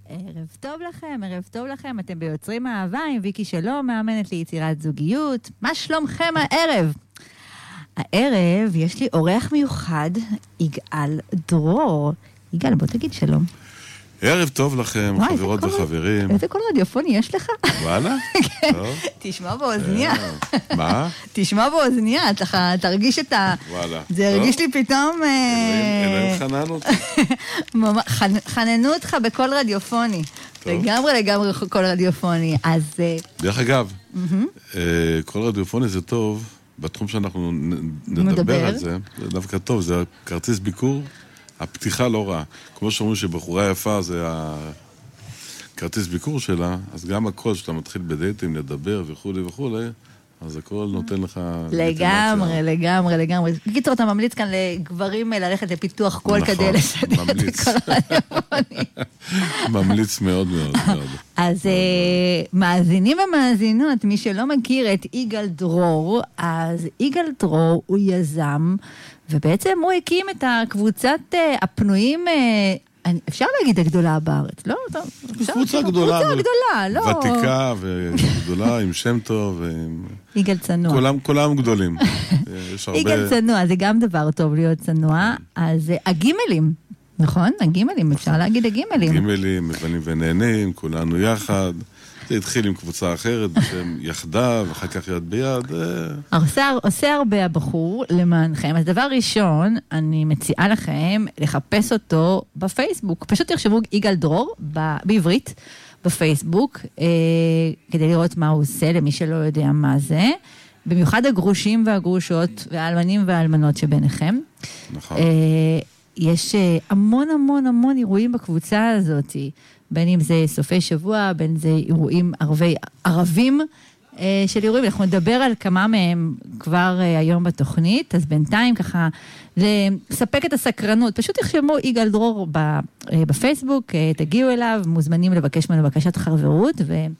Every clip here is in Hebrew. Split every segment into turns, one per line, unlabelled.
ערב טוב לכם, ערב טוב לכם. אתם ביוצרים אהבה עם ויקי שלום, מאמנת ליצירת זוגיות. מה שלומכם הערב? הערב יש לי אורח מיוחד, יגאל דרור. יגאל, בוא תגיד שלום.
ערב טוב לכם, חברות וחברים.
איזה קול רדיופוני יש לך?
וואלה?
תשמע באוזניה.
מה?
תשמע באוזניה, תרגיש את ה...
וואלה.
זה הרגיש לי פתאום...
אלוהים חנן אותי.
חננו אותך בקול רדיופוני. לגמרי קול רדיופוני. אז...
דרך אגב, קול רדיופוני זה טוב, בתחום שאנחנו נדבר על זה, זה דווקא טוב, זה כרטיס ביקור. הפתיחה לא רעה. כמו שאומרים שבחורה יפה זה הכרטיס ביקור שלה, אז גם הכל שאתה מתחיל בדייטים לדבר וכו', אז הכל נותן לך...
לגמרי. בקיצור, אתה ממליץ כאן לגברים ללכת לפיתוח קול כדי לסדר את הקול רדיופוני.
ממליץ מאוד מאוד.
אז מאזינים ומאזינות, מי שלא מכיר את יגאל דרור, אז יגאל דרור הוא יזם, ובעצם הוא הקים את הקבוצת הפנויים, אפשר להגיד הגדולה בארץ, לא?
קבוצה גדולה,
לא.
ותיקה וגדולה, עם שם טוב.
יגאל צנוע.
כולם גדולים.
יגאל צנוע, זה גם דבר טוב להיות צנוע. אז הגימלים, נכון? הגימלים, אפשר להגיד הגימלים.
הגימלים, מבנים ונהנים, כולנו יחד. זה התחיל עם קבוצה אחרת, בשם יחדיו, אחר כך יד ביד.
עושה הרבה הבחור למענכם. אז דבר ראשון, אני מציעה לכם לחפש אותו בפייסבוק. פשוט תחשבו יגאל דרור בעברית, בפייסבוק, כדי לראות מה הוא עושה, למי שלא יודע מה זה. במיוחד הגרושים והגרושות, והאלמנים והאלמנות שביניכם.
נכון.
יש המון אירועים בקבוצה הזאת, בין אם זה סופי שבוע, בין זה אירועים ערבים של אירועים, אנחנו נדבר על כמה מהם כבר היום בתוכנית, אז בינתיים ככה לספק את הסקרנות, פשוט תחשבו יגאל דרור בפייסבוק, תגיעו אליו, מוזמנים לבקש ממנו בקשת חברות,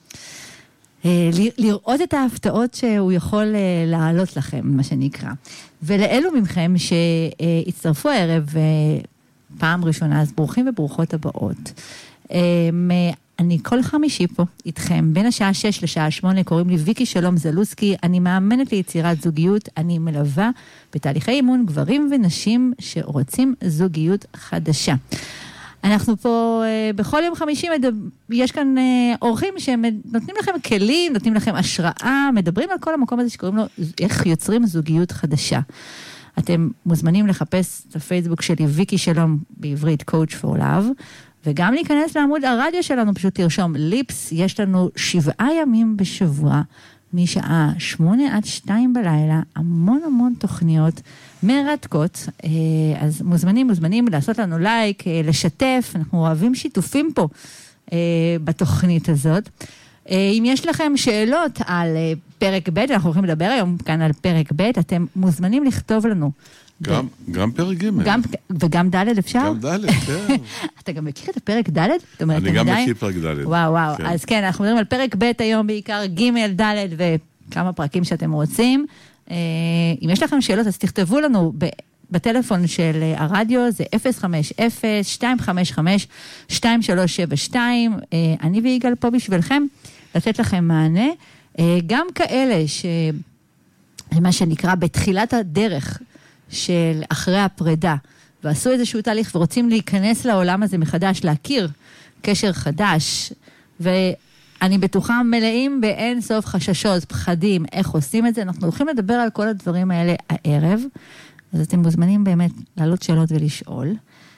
ולראות את ההפתעות שהוא יכול להעלות לכם, מה שנקרא. ולאלו מכם שהצטרפו הערב פעם ראשונה, אז ברוכים וברוכות הבאות. אני כל חמישי פה איתכם, בין השעה 6 לשעה 8, קוראים לי ויקי שלום זלוסקי, אני מאמנת ליצירת זוגיות, אני מלווה בתהליכי אימון גברים ונשים שרוצים זוגיות חדשה. אנחנו פה בכל יום חמישי, יש כאן אורחים שנותנים לכם כלים, נותנים לכם השראה, מדברים על כל המקום הזה שקוראים לו איך יוצרים זוגיות חדשה. אתם מוזמנים לחפש את הפייסבוק שלי, ויקי שלום בעברית, Coach for Love, וגם להיכנס לעמוד הרדיו שלנו, פשוט תרשום ליפס, יש לנו 7 ימים בשבוע, משעה 8 עד 2 בלילה, המון תוכניות מרתקות, אז מוזמנים לעשות לנו לייק, לשתף, אנחנו אוהבים שיתופים פה בתוכנית הזאת. אם יש לכם שאלות על פרק ב', אנחנו הולכים לדבר היום כאן על פרק ב', אתם מוזמנים לכתוב לנו.
גם פרק ג'
וגם ד' אפשר?
גם ד', כן.
אתה גם מכיר את הפרק ד'?
אני גם מכיר פרק ד'.
וואו, אז כן, אנחנו מדברים על פרק ב' היום בעיקר, ג', ד' וכמה פרקים שאתם רוצים. אם יש לכם שאלות, אז תכתבו לנו בטלפון של הרדיו, זה 050-255-2372. אני ויגאל פה בשבילכם, לתת לכם מענה. גם כאלה מה שנקרא בתחילת הדרך של אחרי הפרידה, ועשו איזשהו תהליך ורוצים להיכנס לעולם הזה מחדש, להכיר קשר חדש, ואני בטוחה מלאים באין סוף חששות, פחדים, איך עושים את זה. אנחנו הולכים לדבר על כל הדברים האלה הערב, אז אתם מוזמנים באמת לעלות שאלות ולשאול,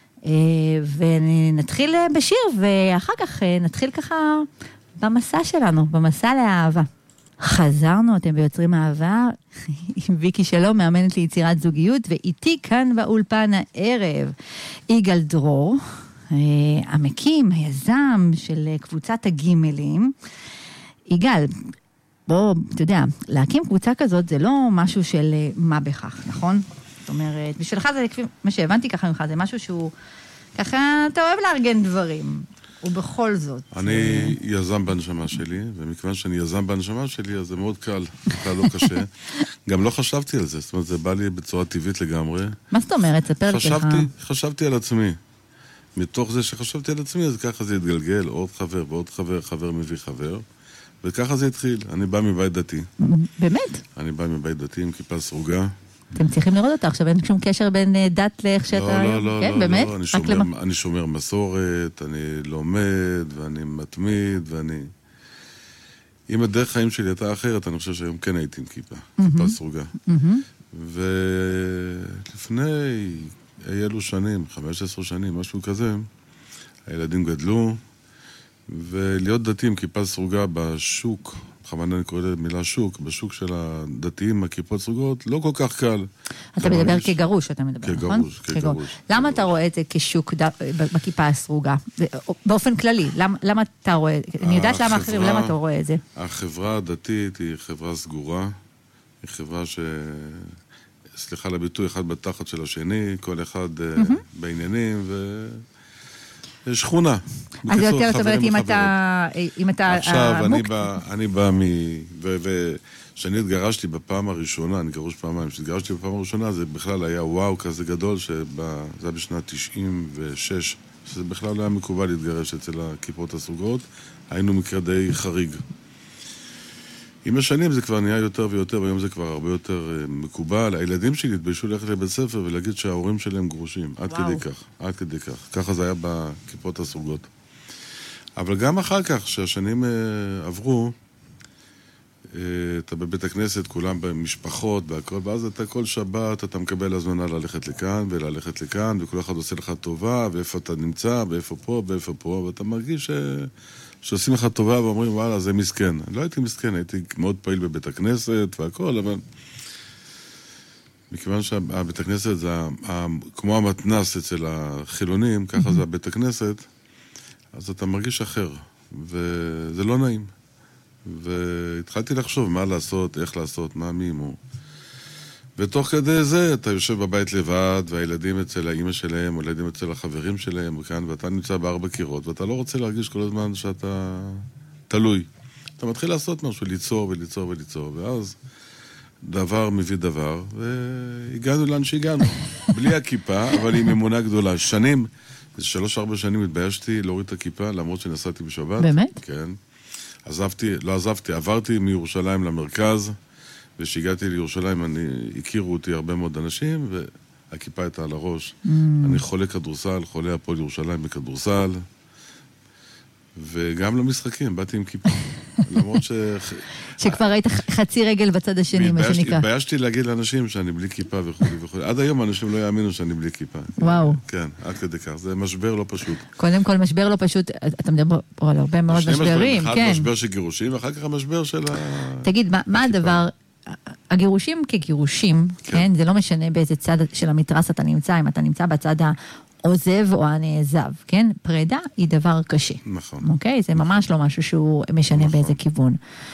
ונתחיל בשיר, ואחר כך נתחיל ככה במסע שלנו, במסע לאהבה. חזרנו, אתם ביוצרים אהבה, עם ויקי שלום, מאמנת ליצירת זוגיות, ואיתי כאן באולפן הערב, יגאל דרור, המקים, היזם של קבוצת הגימלים. יגאל, בוא, אתה יודע, להקים קבוצה כזאת זה לא משהו של מה בכך, נכון? זאת אומרת, בשבילך זה, מה שהבנתי ככה ממך, זה משהו שהוא, ככה, אתה אוהב לארגן דברים. ובכל זאת.
אני יזם בנשמה שלי, ומכיוון שאני יזם בנשמה שלי, אז זה מאוד קל, לא קשה. גם לא חשבתי על זה, זאת אומרת, זה בא לי בצורה טבעית לגמרי.
מה זאת אומרת? ספר לי ככה.
חשבתי על עצמי. מתוך זה שחשבתי על עצמי, אז ככה זה התגלגל, עוד חבר ועוד חבר, חבר מביא חבר, וככה זה התחיל. אני בא מבית דתי.
באמת?
אני בא מבית דתי עם כיפה סרוגה.
אתם צריכים לראות אותה, עכשיו אין שום קשר בין דת לאיך שאתה...
לא,
כן, באמת?
אני שומר מסורת, אני לומד, ואני מתמיד, ואני... אם הדרך חיים שלי הייתה אחרת, אני חושב שהיום כן הייתי עם כיפה סרוגה. ולפני אילו שנים, 15 שנים, משהו כזה, הילדים גדלו, ולהיות דתי עם כיפה סרוגה בשוק, בכוונה אני קורא למילה שוק, בשוק של הדתיים, הכיפות סרוגות, לא כל כך קל.
אתה מדבר כגרוש, אתה מדבר, נכון?
כגרוש.
למה אתה רואה את זה כשוק בכיפה הסרוגה? באופן כללי, למה אתה רואה? אני יודעת למה אחרים, למה אתה רואה את זה?
החברה הדתית היא חברה סגורה, היא חברה סליחה לביטוי, אחד בתחת של השני, כל אחד בעניינים, שכונה.
אז יותר, זאת אומרת, אם אתה...
עכשיו, אני בא כשאני התגרשתי בפעם הראשונה, אני גרוש פעמיים, כשהתגרשתי בפעם הראשונה, זה בכלל היה וואו כזה גדול, זה היה בשנת 96, שזה בכלל לא היה מקובל להתגרש אצל הכיפות הסרוגות, היינו מקרה די חריג. עם השנים זה כבר נהיה יותר ויותר, והיום זה כבר הרבה יותר מקובל. הילדים שלי התביישו ללכת לבית ספר ולהגיד שההורים שלהם גרושים. עד כדי כך. ככה זה היה בכיפות הסרוגות. אבל גם אחר כך, שהשנים עברו, אתה בבית הכנסת, כולם במשפחות, והכל, ואז אתה כל שבת, אתה מקבל הזמנה ללכת לכאן וללכת לכאן, וכל אחד עושה לך טובה, ואיפה אתה נמצא, ואיפה פה, ואיפה פה, ואתה מרגיש שעושים לך טובה ואומרים, וואלה, זה מסכן. אני לא הייתי מסכן, הייתי מאוד פעיל בבית הכנסת והכל, אבל מכיוון שהבית הכנסת זה כמו המתנס אצל החילונים, ככה זה הבית הכנסת, אז אתה מרגיש אחר, וזה לא נעים. והתחלתי לחשוב מה לעשות, איך לעשות, מה מימו. ותוך כדי זה אתה יושב בבית לבד, והילדים אצל האמא שלהם, או ילדים אצל החברים שלהם, וכאן, ואתה נמצא בארבע קירות, ואתה לא רוצה להרגיש כל הזמן שאתה תלוי. אתה מתחיל לעשות משהו, ליצור וליצור וליצור, ואז דבר מביא דבר, והגענו לאן שהגענו. בלי הכיפה, אבל עם אמונה גדולה. שנים, 3-4 שנים התביישתי להוריד את הכיפה, למרות שנסעתי בשבת.
באמת?
כן. עברתי מירושלים למרכז, ושהגעתי לירושלים, הכירו אותי הרבה מאוד אנשים, והכיפה הייתה על הראש. אני חולה כדורסל, חולה הפועל ירושלים בכדורסל, וגם למשחקים, באתי עם כיפה. למרות
שכבר היית חצי רגל בצד השני, מה שנקרא.
התביישתי להגיד לאנשים שאני בלי כיפה וכו' וכו'. עד היום אנשים לא יאמינו שאני בלי כיפה.
וואו.
כן, עד כדי כך. זה משבר לא פשוט.
קודם כל משבר לא פשוט, אתה מדבר על הרבה מאוד משברים, כן.
אחד משבר של גירושים, ואחר כך המשבר של
תגיד, מה הדבר... הגירושים כגירושים, כן? זה לא משנה באיזה צד של המתרס אתה נמצא, אם אתה נמצא בצד העוזב או הנעזב, כן? פרידה היא דבר קשה.
נכון.
אוקיי? זה ממש לא משהו שהוא משנה באיזה כיוון.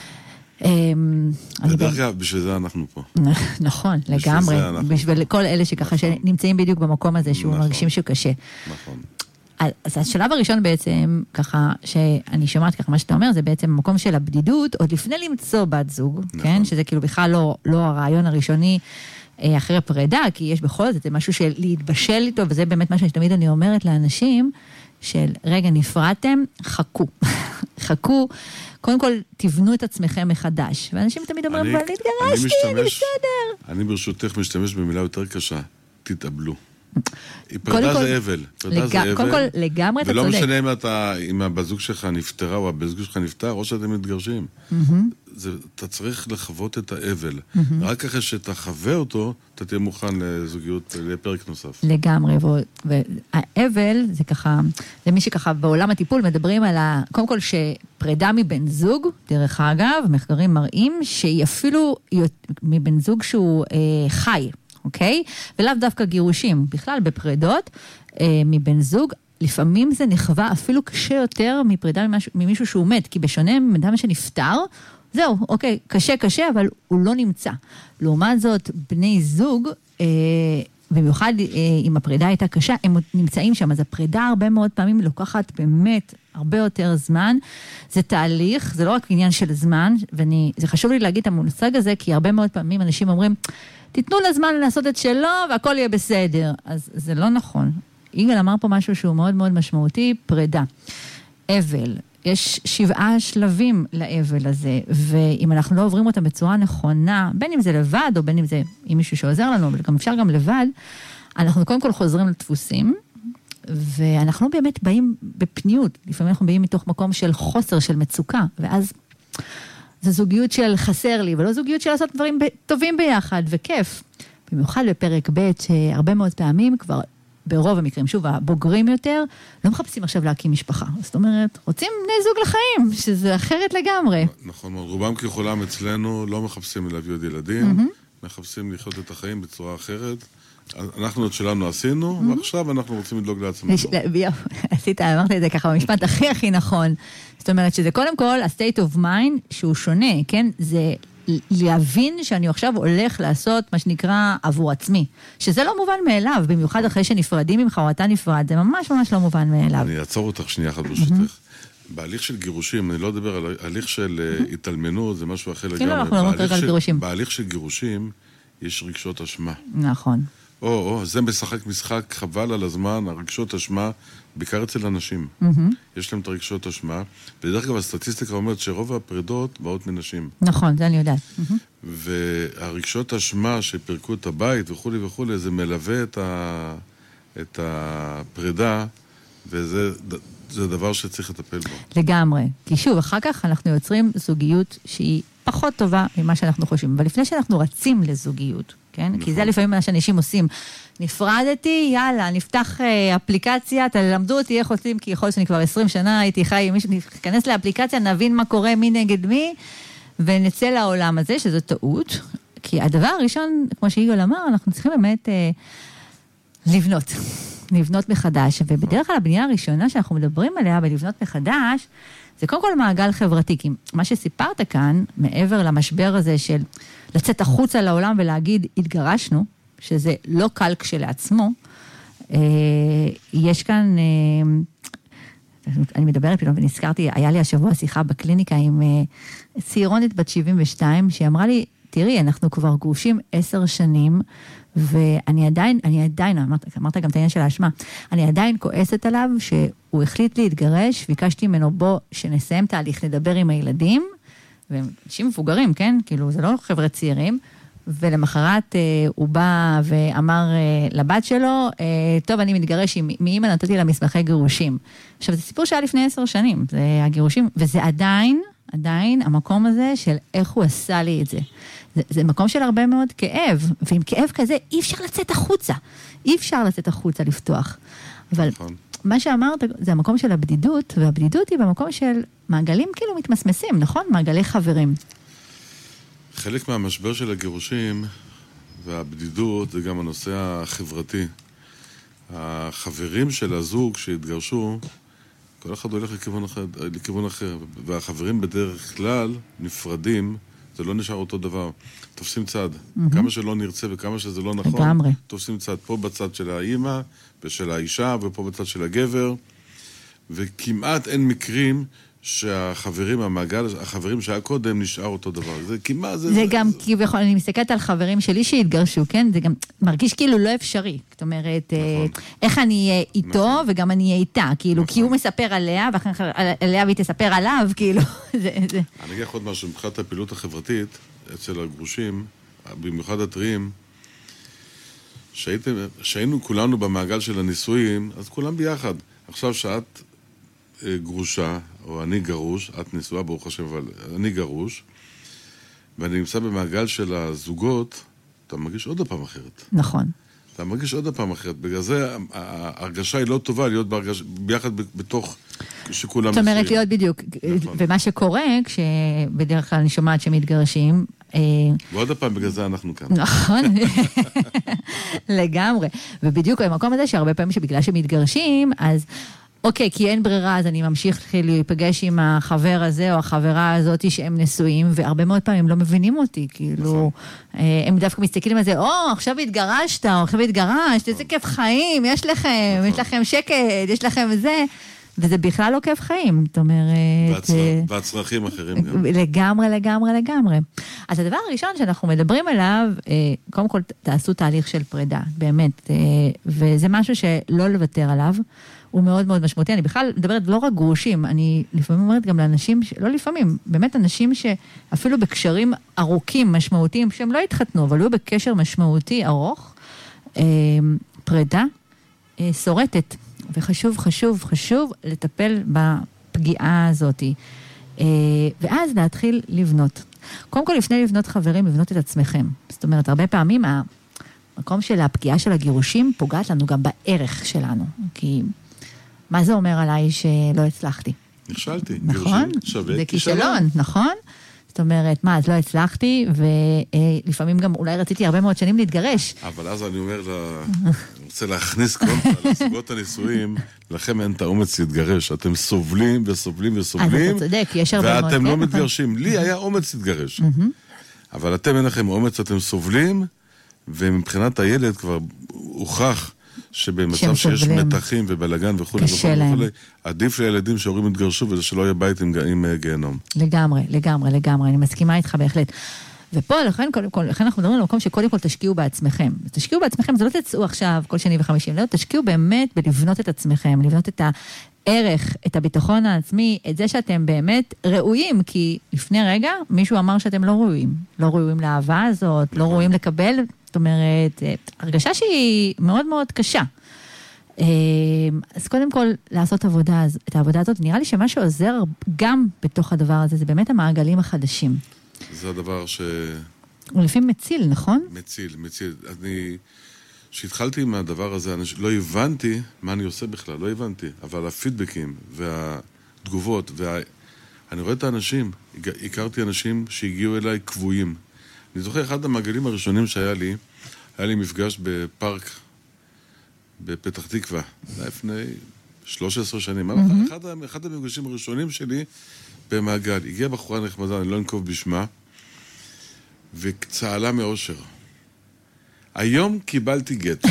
בדרך כלל, בשביל זה אנחנו פה.
נכון, לגמרי. בשביל כל אלה שככה שנמצאים בדיוק במקום הזה, שהוא מרגישים שהוא קשה.
נכון.
אז השלב הראשון בעצם, ככה, שאני שומעת ככה מה שאתה אומר, זה בעצם המקום של הבדידות, עוד לפני למצוא בת זוג, כן? שזה כאילו בכלל לא הרעיון הראשוני אחרי הפרידה, כי יש בכל זאת, זה משהו של להתבשל איתו, וזה באמת מה שתמיד אני אומרת לאנשים, של רגע נפרדתם, חכו. חכו, קודם כל תבנו את עצמכם מחדש. ואנשים תמיד אומרים, אבל התגרשתי, אני בסדר.
אני ברשותך משתמש במילה יותר קשה, תתאבלו. פרידה זה אבל.
קודם כל, לגמרי אתה צודק.
ולא משנה אם הבזוג שלך נפטרה או הבזוג שלך נפטר, או שאתם מתגרשים. אתה צריך לחוות את האבל. רק אחרי שאתה חווה אותו, אתה תהיה מוכן לזוגיות, לפרק נוסף.
לגמרי, והאבל זה ככה, זה מי שככה בעולם הטיפול מדברים על קודם כל שפרידה מבן זוג, דרך אגב, מחקרים מראים שהיא אפילו מבן זוג שהוא חי. אוקיי? ולאו דווקא גירושים. בכלל, בפרידות מבן זוג, לפעמים זה נחווה אפילו קשה יותר מפרידה ממישהו שהוא מת, כי בשונה מאדם שנפטר, זהו, אוקיי, קשה, אבל הוא לא נמצא. לעומת זאת, בני זוג, במיוחד אם הפרידה הייתה קשה, הם נמצאים שם, אז הפרידה הרבה מאוד פעמים לוקחת באמת הרבה יותר זמן. זה תהליך, זה לא רק עניין של זמן, זה חשוב לי להגיד את המושג הזה, כי הרבה מאוד פעמים אנשים אומרים, תיתנו לזמן לעשות את שלו, והכל יהיה בסדר. אז זה לא נכון. יגאל אמר פה משהו שהוא מאוד מאוד משמעותי, פרידה. אבל. יש 7 שלבים לאבל הזה, ואם אנחנו לא עוברים אותם בצורה נכונה, בין אם זה לבד, או בין אם זה עם מישהו שעוזר לנו, אבל גם אפשר גם לבד, אנחנו קודם כל חוזרים לדפוסים, ואנחנו באמת באים בפניות, לפעמים אנחנו באים מתוך מקום של חוסר, של מצוקה, ואז זו זוגיות של חסר לי, ולא זוגיות של לעשות דברים טובים ביחד, וכיף. במיוחד בפרק ב' שהרבה מאוד פעמים כבר, ברוב המקרים, שוב, הבוגרים יותר, לא מחפשים עכשיו להקים משפחה. זאת אומרת, רוצים בני זוג לחיים, שזה אחרת לגמרי.
נכון, רובם ככולם אצלנו לא מחפשים להביא עוד ילדים, מחפשים לחיות את החיים בצורה אחרת. אנחנו את שלנו עשינו, ועכשיו אנחנו רוצים לדאוג לעצמנו.
אמרתי את זה ככה במשפט הכי נכון. זאת אומרת שזה קודם כל, ה-state of mind שהוא שונה, כן? זה להבין שאני עכשיו הולך לעשות מה שנקרא עבור עצמי. שזה לא מובן מאליו, במיוחד אחרי שנפרדים ממך או אתה נפרד, זה ממש ממש לא מובן מאליו.
אני אעצור אותך שנייה אחת ברשותך. בהליך של גירושים, אני לא אדבר על הליך של התעלמנות, זה משהו אחר לגמרי.
אנחנו לא מדברים על גירושים.
בהליך של גירושים יש רגשות אשמה.
נכון.
זה משחק משחק חבל על הזמן, הרגשות אשמה, בעיקר אצל אנשים. יש להם את הרגשות אשמה, ובדרך כלל הסטטיסטיקה אומרת שרוב הפרידות באות מנשים.
נכון, זה אני יודעת.
והרגשות אשמה שפרקו את הבית וכו' וכו', זה מלווה את הפרידה, וזה דבר שצריך לטפל בו.
לגמרי. כי שוב, אחר כך אנחנו יוצרים זוגיות שהיא פחות טובה ממה שאנחנו חושבים. אבל לפני שאנחנו רצים לזוגיות, כן? נכון. כי זה לפעמים מה שאנשים עושים. נפרדתי, יאללה, נפתח אפליקציה, תלמדו אותי איך עושים, כי יכול להיות שאני כבר 20 שנה הייתי חי, מישהו נכנס לאפליקציה, נבין מה קורה, מי נגד מי, ונצא לעולם הזה, שזו טעות. כי הדבר הראשון, כמו שיגאל אמר, אנחנו צריכים באמת לבנות מחדש, ובדרך כלל הבנייה הראשונה שאנחנו מדברים עליה, בלבנות מחדש, זה קודם כל מעגל חברתי, כי מה שסיפרת כאן, מעבר למשבר הזה של לצאת החוצה לעולם ולהגיד, התגרשנו, שזה לא קל כשלעצמו, יש כאן, אני מדברת פתאום ונזכרתי, היה לי השבוע שיחה בקליניקה עם צעירונת בת 72, שאמרה לי, תראי, אנחנו כבר גרושים 10 שנים, ואני עדיין, אמרת גם את העניין של האשמה, אני עדיין כועסת עליו שהוא החליט להתגרש, ביקשתי ממנו בו שנסיים תהליך, נדבר עם הילדים, ואנשים מבוגרים, כן? כאילו, זה לא חבר'ה צעירים, ולמחרת הוא בא ואמר לבת שלו, טוב, אני מתגרש, מאמא נתתי לה מסמכי גירושים. עכשיו, זה סיפור שהיה לפני 10 שנים, זה הגירושים, וזה עדיין המקום הזה של איך הוא עשה לי את זה. זה מקום של הרבה מאוד כאב, ועם כאב כזה אי אפשר לצאת החוצה. אי אפשר לצאת החוצה לפתוח. אבל מה שאמרת, זה המקום של הבדידות, והבדידות היא במקום של מעגלים כאילו מתמסמסים, נכון? מעגלי חברים.
חלק מהמשבר של הגירושים והבדידות זה גם הנושא החברתי. החברים של הזוג שהתגרשו, כל אחד הולך לכיוון אחר, והחברים בדרך כלל נפרדים, זה לא נשאר אותו דבר. תופסים צד. כמה שלא נרצה וכמה שזה לא נכון, תופסים צד. פה בצד של האמא ושל האישה, ופה בצד של הגבר, וכמעט אין מקרים שהחברים, החברים שהיה קודם נשאר אותו דבר. זה כמעט...
זה גם, כביכול, אני מסתכלת על חברים שלי שהתגרשו, כן? זה גם מרגיש כאילו לא אפשרי. זאת אומרת, איך אני אהיה איתו וגם אני אהיה איתה, כאילו, כי הוא מספר עליה, ועליה והיא תספר עליו, כאילו.
אני אגיד עוד משהו, מבחינת הפעילות החברתית, אצל הגרושים, במיוחד הטריים, שהיינו כולנו במעגל של הנישואים, אז כולם ביחד. עכשיו שאת גרושה, או אני גרוש, את נשואה ברוך השם, אבל אני גרוש, ואני נמצא במעגל של הזוגות, אתה מרגיש עוד פעם אחרת.
נכון.
אתה מרגיש עוד פעם אחרת. בגלל זה ההרגשה היא לא טובה להיות ביחד בתוך שכולם נשואים.
זאת אומרת להיות בדיוק. נכון. ומה שקורה, כשבדרך כלל אני שומעת שמתגרשים,
ועוד פעם, בגלל זה אנחנו כאן.
נכון, לגמרי. ובדיוק במקום הזה שהרבה פעמים שבגלל שמתגרשים, אז אוקיי, כי אין ברירה, אז אני ממשיך להיפגש עם החבר הזה או החברה הזאת שהם נשואים, והרבה מאוד פעמים לא מבינים אותי, כאילו, הם דווקא מסתכלים על זה, עכשיו התגרשת, או עכשיו התגרשת, איזה כיף חיים, יש לכם שקט, יש לכם זה, וזה בכלל לא כיף חיים, זאת אומרת...
והצרכים אחרים גם.
לגמרי. אז הדבר הראשון שאנחנו מדברים עליו, קודם כל תעשו תהליך של פרידה, באמת, וזה משהו שלא לוותר עליו, הוא מאוד מאוד משמעותי. אני בכלל מדברת לא רק גרושים, אני לפעמים אומרת גם לאנשים, לא לפעמים, באמת אנשים שאפילו בקשרים ארוכים, משמעותיים, שהם לא התחתנו, אבל היו בקשר משמעותי ארוך, פרידה שורטת, וחשוב, חשוב, חשוב לטפל בפגיעה הזאת, ואז להתחיל לבנות. קודם כל, לפני לבנות חברים, לבנות את עצמכם. זאת אומרת, הרבה פעמים המקום של הפגיעה של הגירושים פוגעת לנו גם בערך שלנו, כי מה זה אומר עליי שלא הצלחתי?
נכשלתי.
נכון? זה כישלון, נכון? זאת אומרת, מה, אז לא הצלחתי, ולפעמים גם אולי רציתי הרבה מאוד שנים להתגרש.
אבל אז אני אומר אני רוצה להכניס כל פעם לזוגות הנישואים, לכם אין את האומץ להתגרש. אתם סובלים וסובלים וסובלים.
אז אתה צודק, יש הרבה מאוד.
ואתם לא מתגרשים. לי היה אומץ להתגרש. אבל אתם אין לכם אומץ, אתם סובלים, ומבחינת הילד כבר הוכח שבמצב שיש מתחים ובלגן וכו' וכו', עדיף לילדים שההורים יתגרשו ושלא יהיה בית עם גיהנום.
לגמרי, לגמרי, לגמרי, אני מסכימה איתך בהחלט. ופה, לכן אנחנו מדברים על מקום שקודם כל תשקיעו בעצמכם. תשקיעו בעצמכם, זה לא תצאו עכשיו כל שני וחמישים, לא, תשקיעו באמת בלבנות את עצמכם, לבנות את הערך, את הביטחון העצמי, את זה שאתם באמת ראויים, כי לפני רגע מישהו אמר שאתם לא ראויים. לא ראויים לאהבה הזאת, לא ראויים לקבל, זאת אומרת, הרגשה שהיא מאוד מאוד קשה. אז קודם כל, לעשות את העבודה הזאת, נראה לי שמה שעוזר גם בתוך הדבר הזה, זה באמת המעגלים החדשים.
זה הדבר
הוא לפעמים מציל, נכון?
מציל. כשהתחלתי עם הדבר הזה, לא הבנתי מה אני עושה בכלל, לא הבנתי. אבל הפידבקים והתגובות, אני רואה את האנשים, הכרתי אנשים שהגיעו אליי קבועים. אני זוכר, אחד המעגלים הראשונים שהיה לי, היה לי מפגש בפארק בפתח תקווה, לפני 13 שנים. אחד המפגשים הראשונים שלי במעגל. הגיעה בחורה נחמדה, אני לא אנקוב בשמה, וצהלה מאושר. היום קיבלתי גט.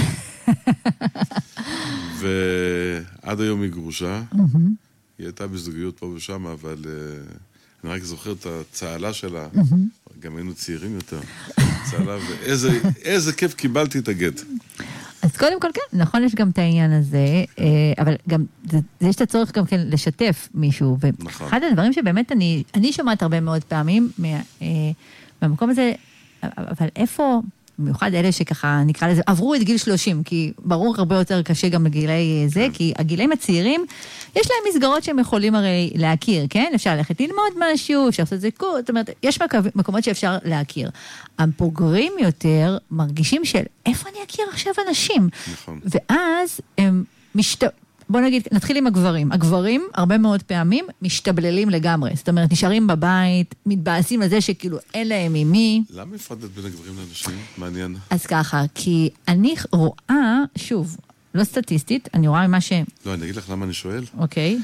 ועד היום היא גרושה. היא הייתה בזוגיות פה ושם, אבל אני רק זוכר את הצהלה שלה. גם היינו צעירים יותר. צהלה, ואיזה כיף קיבלתי את הגט.
אז קודם כל כן, נכון, יש גם את העניין הזה, אבל גם, יש את הצורך גם כן לשתף מישהו, ואחד הדברים שבאמת אני שומעת הרבה מאוד פעמים, במקום הזה, אבל איפה, במיוחד אלה שככה נקרא לזה, עברו את גיל 30, כי ברור הרבה יותר קשה גם בגילי זה, כי הגילאים הצעירים, יש להם מסגרות שהם יכולים הרי להכיר, כן? אפשר ללכת ללמוד משהו, אפשר לעשות את זה קורס, זאת אומרת, יש מקומות שאפשר להכיר. הבוגרים יותר מרגישים של איפה אני אכיר עכשיו אנשים?
נכון.
ואז הם בוא נגיד, נתחיל עם הגברים. הגברים, הרבה מאוד פעמים, משתבללים לגמרי. זאת אומרת, נשארים בבית, מתבאסים על זה שכאילו אין להם ממי.
למה הפרדת בין הגברים לאנשים? מעניין.
אז ככה, כי אני רואה, שוב, לא סטטיסטית, אני רואה ממה ש...
לא, אני אגיד לך למה אני שואל.
אוקיי.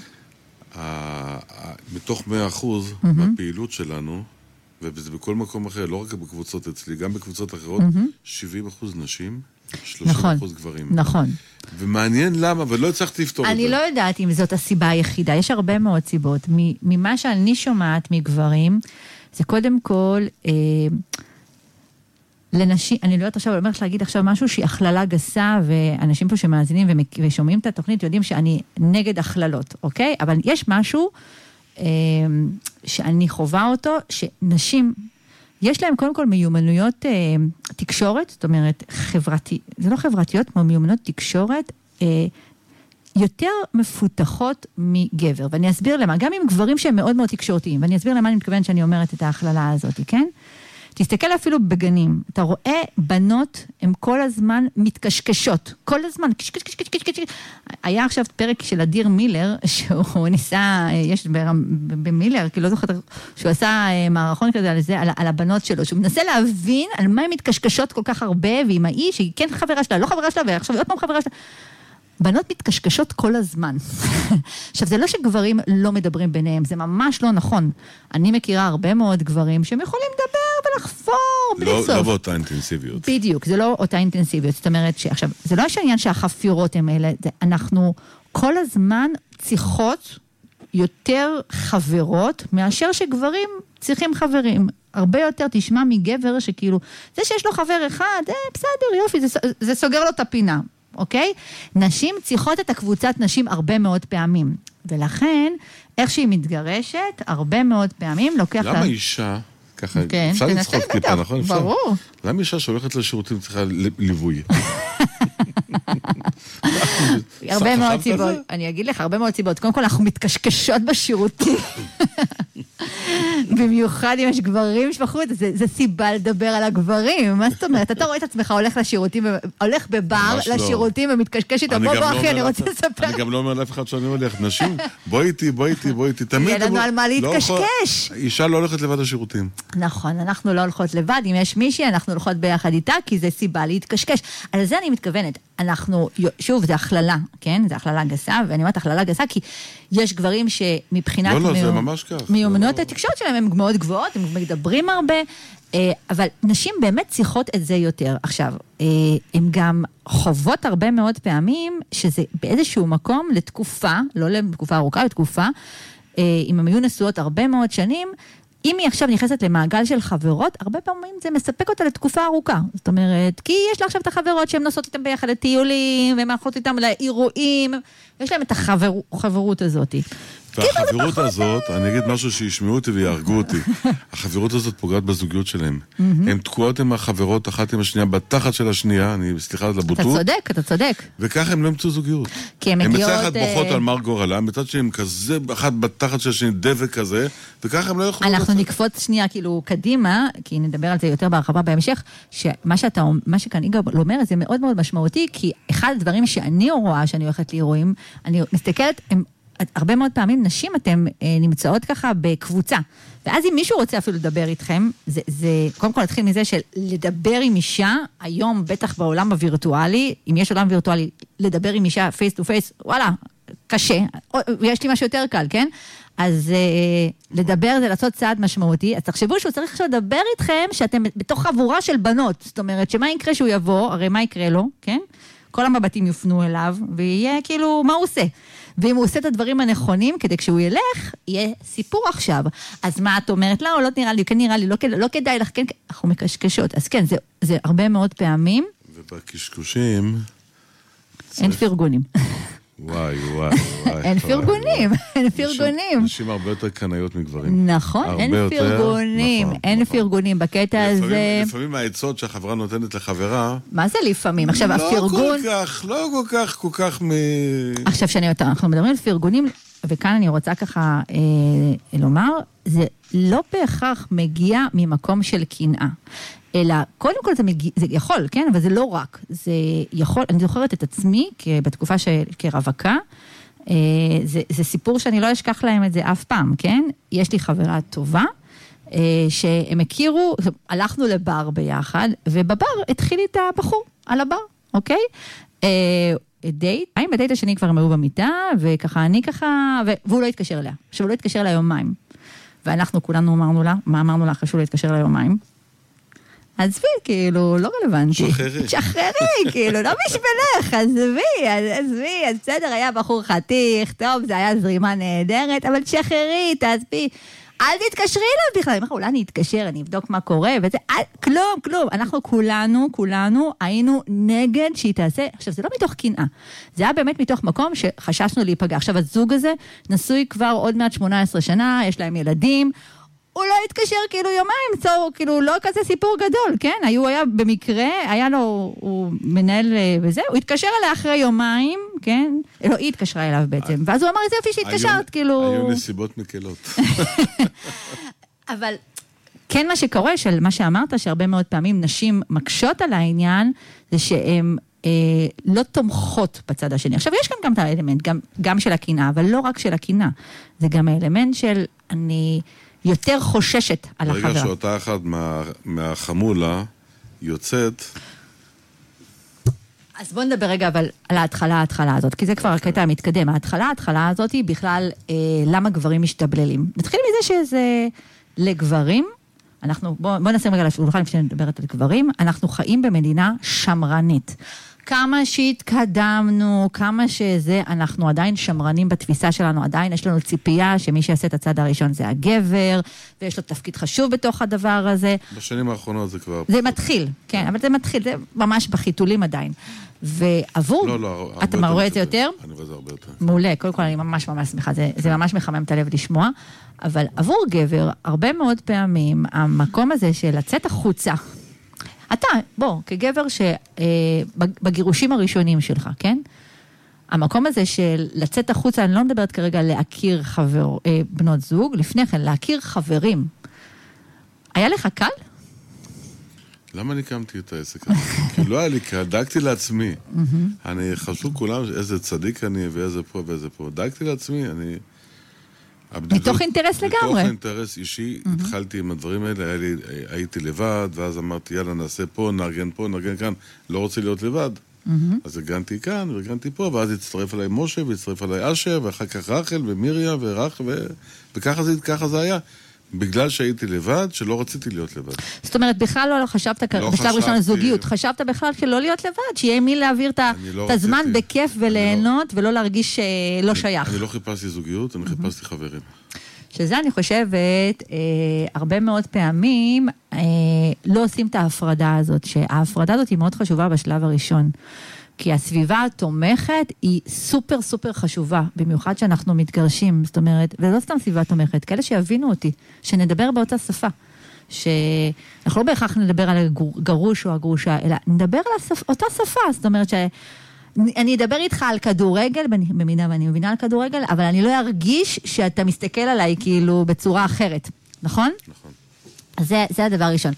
מתוך 100% מהפעילות שלנו, וזה בכל מקום אחר, לא רק בקבוצות אצלי, גם בקבוצות אחרות, 70% נשים, 30% גברים.
נכון.
ומעניין למה, ולא הצלחתי לפתור את זה.
אני לא יודעת אם זאת הסיבה היחידה, יש הרבה מאוד סיבות. ממה שאני שומעת מגברים, זה קודם כל, לנשים, אני לא יודעת עכשיו, אני אומרת להגיד עכשיו משהו שהיא הכללה גסה, ואנשים פה שמאזינים ושומעים את התוכנית, יודעים שאני נגד הכללות, אוקיי? אבל יש משהו שאני חובה אותו, שנשים... יש להם קודם כל מיומנויות תקשורת, זאת אומרת, זה לא חברתיות, כמו מיומנויות תקשורת, יותר מפותחות מגבר. ואני אסביר למה, גם עם גברים שהם מאוד מאוד תקשורתיים, ואני אסביר למה אני מתכוון שאני אומרת את ההכללה הזאת, כן? תסתכל אפילו בגנים, אתה רואה בנות, הן כל הזמן מתקשקשות, כל הזמן, קשקשקשקשקשקש. היה עכשיו פרק של אדיר מילר, שהוא ניסה, יש במילר, כי לא זוכרת, שהוא עשה מערכון כזה על זה, על הבנות שלו, שהוא מנסה להבין על מה הן מתקשקשות כל כך הרבה, ועם האיש, שהיא כן חברה שלה, לא חברה שלה, ועכשיו היא עוד פעם חברה שלה. בנות מתקשקשות כל הזמן. עכשיו, זה לא שגברים לא מדברים ביניהם, זה ממש לא נכון. אני מכירה הרבה מאוד גברים שהם יכולים לדבר ולחפור בלי סוף.
לא באותה אינטנסיביות.
בדיוק, זה לא אותה אינטנסיביות. זאת אומרת שעכשיו, זה לא העניין שהחפירות הם אלה, אנחנו כל הזמן צריכות יותר חברות מאשר שגברים צריכים חברים. הרבה יותר תשמע מגבר שכאילו, זה שיש לו חבר אחד, בסדר, יופי, זה סוגר לו את הפינה, אוקיי? נשים צריכות את הקבוצת נשים הרבה מאוד פעמים, ולכן, איך שהיא מתגרשת, הרבה מאוד פעמים לוקח...
למה אישה, ככה, אפשר לצחוק טיפה, נכון?
ברור.
למה אישה שהולכת לשירותים צריכה ליווי?
הרבה מאוד סיבות, אני אגיד לך, הרבה מאוד סיבות. קודם כל, אנחנו מתקשקשות בשירותים. במיוחד אם יש גברים שבחרו, זה סיבה לדבר על הגברים. מה זאת אומרת? אתה רואה את עצמך הולך לשירותים, הולך בבר לשירותים ומתקשקש איתו, בוא אחי, אני רוצה לספר.
אני גם לא אומר לאף אחד שאני הולך, נשים, בואי איתי.
יהיה לנו על מה להתקשקש.
אישה לא הולכת לבד לשירותים.
נכון, אנחנו לא הולכות לבד, אם יש מישהי, אנחנו הולכות ביחד איתה, כי זה סיבה להתקשקש. על זה אני מתכוונת. אנחנו, שוב, זה הכללה, כן? זה הכללה גסה, ואני אומרת הכללה גסה, כי יש גברים שמבחינת...
לא, זה ממש כך.
מיומנויות התקשורת שלהם הן מאוד גבוהות, הם מדברים הרבה, אבל נשים באמת צריכות את זה יותר. עכשיו, הן גם חוות הרבה מאוד פעמים, שזה באיזשהו מקום לתקופה, לא לתקופה ארוכה, לתקופה, אם הם היו נשואות הרבה מאוד שנים, אם היא עכשיו נכנסת למעגל של חברות, הרבה פעמים זה מספק אותה לתקופה ארוכה. זאת אומרת, כי יש לה עכשיו את החברות שהן נוסעות איתן ביחד לטיולים, והן הולכות איתן לאירועים, יש להם את החברות הזאת.
והחברות הזאת, אני אגיד משהו שישמעו אותי ויהרגו אותי. החברות הזאת פוגעת בזוגיות שלהם. הן תקועות עם החברות אחת עם השנייה, בתחת של השנייה, אני סליחה על הבוטות.
אתה צודק.
וככה הם לא ימצאו זוגיות. הם מצד אחד בוכות על מר גורלה, מצד שהם כזה, אחת בתחת של השני דבק כזה, וככה הם לא יכולים...
אנחנו נקפוץ שנייה כאילו קדימה, כי נדבר על זה יותר בהרחבה בהמשך, שמה שכאן יגאל אומר, זה מאוד מאוד משמעותי, כי אחד הדברים שאני רואה, שאני הולכת לאירועים, אני מסתכלת, הרבה מאוד פעמים נשים אתם נמצאות ככה בקבוצה, ואז אם מישהו רוצה אפילו לדבר איתכם, זה קודם כל נתחיל מזה של לדבר עם אישה, היום בטח בעולם הווירטואלי, אם יש עולם וירטואלי, לדבר עם אישה פייס טו פייס, וואלה, קשה, ויש לי משהו יותר קל, כן? אז לדבר זה לעשות צעד משמעותי, אז תחשבו שהוא צריך לדבר איתכם, שאתם בתוך חבורה של בנות, זאת אומרת, שמה יקרה שהוא יבוא, הרי מה יקרה לו, כן? כל המבטים יופנו אליו, ויהיה כאילו, מה הוא עושה? ואם הוא עושה את הדברים הנכונים, כדי כשהוא ילך, יהיה סיפור עכשיו. אז מה את אומרת לה, או לא נראה לי, כן נראה לי, לא כדאי לך, כן, אנחנו מקשקשות. אז כן, זה הרבה מאוד פעמים.
ובקשקושים...
אין פרגונים.
וואי.
אין פרגונים.
נשים הרבה יותר קנאיות מגברים.
נכון, אין פרגונים. בקטע הזה...
לפעמים העצות שהחברה נותנת לחברה...
מה זה לפעמים? עכשיו, הפרגון...
לא כל כך
עכשיו, אנחנו מדברים על פרגונים, וכאן אני רוצה ככה לומר, זה לא בהכרח מגיע ממקום של קנאה. אלא, קודם כל זה יכול, כן? אבל זה לא רק. זה יכול, אני זוכרת את עצמי, בתקופה כרווקה, זה סיפור שאני לא אשכח להם את זה אף פעם, כן? יש לי חברה טובה, שהם הכירו, הלכנו לבר ביחד, ובבר התחיל את הבחור על הבר, אוקיי? בדייט השני כבר הם היו במיטה, וככה אני ככה, והוא לא התקשר אליה. עכשיו הוא לא התקשר לה יומיים. ואנחנו כולנו אמרנו לה, מה אמרנו לה? חשוב לא להתקשר לה יומיים. עזבי, כאילו, לא רלוונטי. שחררי, כאילו, לא בשבילך, עזבי, אז בסדר, היה בחור חתיך, טוב, זה היה זרימה נהדרת, אבל שחררי, תעזבי, אל תתקשרי לה בכלל, אולי אני אתקשר, אני אבדוק מה קורה, וזה, כלום, אנחנו כולנו היינו נגד שהיא תעשה, עכשיו, זה לא מתוך קנאה, זה היה באמת מתוך מקום שחששנו להיפגע, עכשיו, הזוג הזה נשוי כבר עוד מעט 18 שנה, יש להם ילדים, הוא לא התקשר כאילו יומיים, כאילו לא כזה סיפור גדול, כן? הוא היה במקרה, היה לו, הוא מנהל וזה, הוא התקשר אליה אחרי יומיים, כן? לא, היא התקשרה אליו בעצם, ואז הוא אמר, איזה יופי שהתקשרת, כאילו...
היו נסיבות מקלות.
אבל כן מה שקורה, של מה שאמרת, שהרבה מאוד פעמים נשים מקשות על העניין, זה שהן לא תומכות בצד השני. עכשיו, יש כאן גם את האלמנט, גם של הקנאה, אבל לא רק של הקנאה. זה גם האלמנט של אני... יותר חוששת על החברה.
ברגע שאותה אחת מהחמולה יוצאת...
אז בוא נדבר רגע אבל על ההתחלה הזאת, כי זה כבר הקטע המתקדם. ההתחלה הזאת היא בכלל למה גברים משתבללים. נתחיל מזה שזה לגברים, בוא נשים רגע לשולחן לפני שנדברת על גברים, אנחנו חיים במדינה שמרנית. כמה שהתקדמנו, כמה שזה, אנחנו עדיין שמרנים בתפיסה שלנו, עדיין יש לנו ציפייה שמי שיעשה את הצד הראשון זה הגבר, ויש לו תפקיד חשוב בתוך הדבר הזה.
בשנים האחרונות זה כבר...
זה מתחיל, כן, אבל זה מתחיל, זה ממש בחיתולים עדיין. ועבור...
לא,
אתה רואה את זה יותר?
אני רואה את זה הרבה יותר.
מעולה, קודם כל אני ממש שמחה, זה ממש מחמם את הלב לשמוע, אבל עבור גבר, הרבה מאוד פעמים, המקום הזה של לצאת החוצה, אתה, בוא, כגבר שבגירושים הראשונים שלך, כן? המקום הזה של לצאת החוצה, אני לא מדברת כרגע להכיר בנות זוג, לפני כן, להכיר חברים. היה לך קל?
למה אני קמתי את העסק הזה? כי לא היה לי קל, דאגתי לעצמי. אני חשוב כולם איזה צדיק אני ואיזה פה ואיזה פה. דאגתי לעצמי, אני...
מתוך אינטרס לגמרי.
מתוך אינטרס אישי, התחלתי עם הדברים האלה, הייתי לבד, ואז אמרתי, יאללה, נעשה פה, נארגן כאן, לא רוצה להיות לבד. אז הגנתי כאן, והגנתי פה, ואז הצטרף עליי משה, והצטרף עליי אשר, ואחר כך רחל, ומיריה, וככה זה היה. בגלל שהייתי לבד, שלא רציתי להיות לבד.
זאת אומרת, בכלל לא חשבת, בשלב ראשון הזוגיות, חשבת בכלל שלא להיות לבד, שיהיה מי להעביר את הזמן בכיף וליהנות, ולא להרגיש לא שייך.
אני לא חיפשתי זוגיות, אני חיפשתי חברים.
שזה אני חושבת, הרבה מאוד פעמים לא עושים את ההפרדה הזאת, שההפרדה הזאת היא מאוד חשובה בשלב הראשון. כי הסביבה התומכת היא סופר סופר חשובה, במיוחד שאנחנו מתגרשים, זאת אומרת, ולא סתם סביבה תומכת, כאלה שיבינו אותי, שנדבר באותה שפה, שאנחנו לא בהכרח נדבר על הגרוש או הגרושה, אלא נדבר על אותה שפה, זאת אומרת שאני אדבר איתך על כדורגל, במידה ואני מבינה על כדורגל, אבל אני לא ארגיש שאתה מסתכל עליי כאילו בצורה אחרת, נכון?
נכון.
אז זה הדבר הראשון.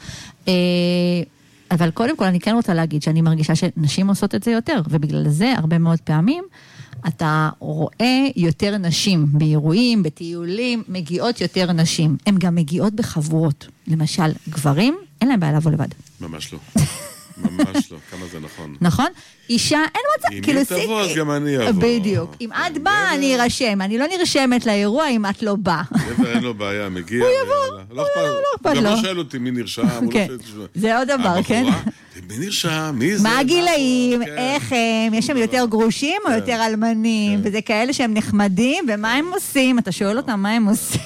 אבל קודם כל אני כן רוצה להגיד שאני מרגישה שנשים עושות את זה יותר, ובגלל זה הרבה מאוד פעמים אתה רואה יותר נשים באירועים, בטיולים, מגיעות יותר נשים. הן גם מגיעות בחבורות. למשל, גברים, אין להם בעיה לבוא לבד.
ממש לא. ממש לא, כמה זה נכון.
נכון? אישה, אין מצב.
אם היא תבוא, אז גם אני אבוא.
בדיוק. אם את באה, אני ארשם. אני לא נרשמת לאירוע אם את לא באה.
גבר אין לו בעיה, מגיע.
הוא יבוא. לא אכפת לו.
גם לא שואל אותי מי נרשם.
זה עוד דבר, כן?
מי נרשם? מי זה?
מה הגילאים? איך הם? יש שם יותר גרושים או יותר אלמנים? וזה כאלה שהם נחמדים, ומה הם עושים? אתה שואל אותם מה הם עושים.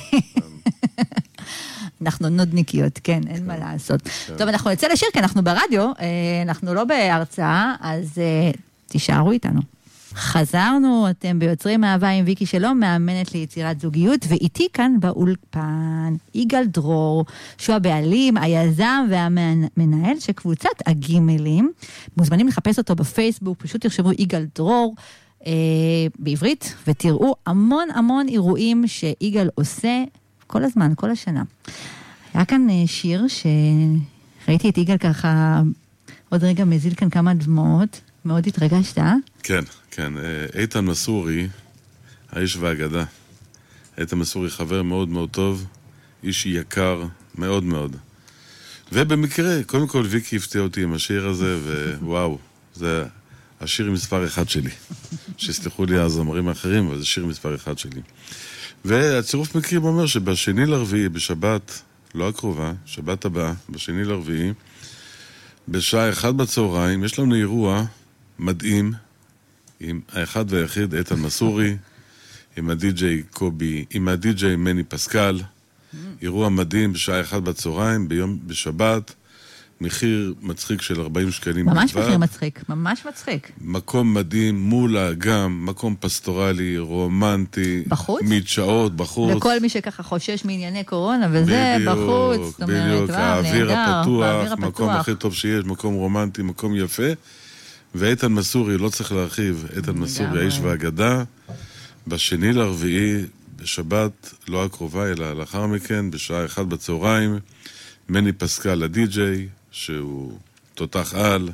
אנחנו נודניקיות, כן, אין מה לעשות. טוב, אנחנו נצא לשיר, כי אנחנו ברדיו, אנחנו לא בהרצאה, אז תישארו איתנו. חזרנו, אתם ביוצרים אהבה עם ויקי שלום, מאמנת ליצירת זוגיות, ואיתי כאן באולפן, יגאל דרור, שהוא הבעלים, היזם והמנהל של קבוצת הגימלים. מוזמנים לחפש אותו בפייסבוק, פשוט תרשמו יגאל דרור, בעברית, ותראו המון המון אירועים שיגאל עושה, כל הזמן, כל השנה. היה כאן שיר שראיתי את יגאל ככה, עוד רגע מזיל כאן כמה דמעות, מאוד התרגשת, אה?
כן, כן. איתן מסורי, האיש והאגדה. איתן מסורי חבר מאוד מאוד טוב, איש יקר מאוד מאוד. ובמקרה, קודם כל ויקי הפתיע אותי עם השיר הזה, ווואו, זה השיר מספר אחד שלי. שסליחו לי הזמרים האחרים, אבל זה שיר מספר אחד שלי. והצירוף מקרים אומר שבשני לרביעי, בשבת, לא הקרובה, שבת הבאה, בשני לרביעי, בשעה 1 בצהריים, יש לנו אירוע מדהים, עם האחד והיחיד, איתן מסורי, עם הדי-ג'יי קובי, עם הדי-ג'יי מני פסקל, אירוע מדהים בשעה 1 בצהריים, בשבת, מחיר מצחיק של 40 שקלים.
ממש מחיר מצחיק, ממש מצחיק.
מקום מדהים, מול האגם, מקום פסטורלי, רומנטי.
בחוץ?
מדשאות, בחוץ.
וכל מי שככה חושש מענייני קורונה, וזה בדיוק, בחוץ.
בדיוק, האוויר הפתוח, מקום הכי טוב שיש, מקום רומנטי, מקום יפה. ואיתן מסורי, לא צריך להרחיב, איתן מסורי, האיש והאגדה, בשני לרביעי, בשבת, לא הקרובה, אלא לאחר מכן, בשעה 1 בצהריים, מני פסקל הדי-ג'יי, שהוא תותח על,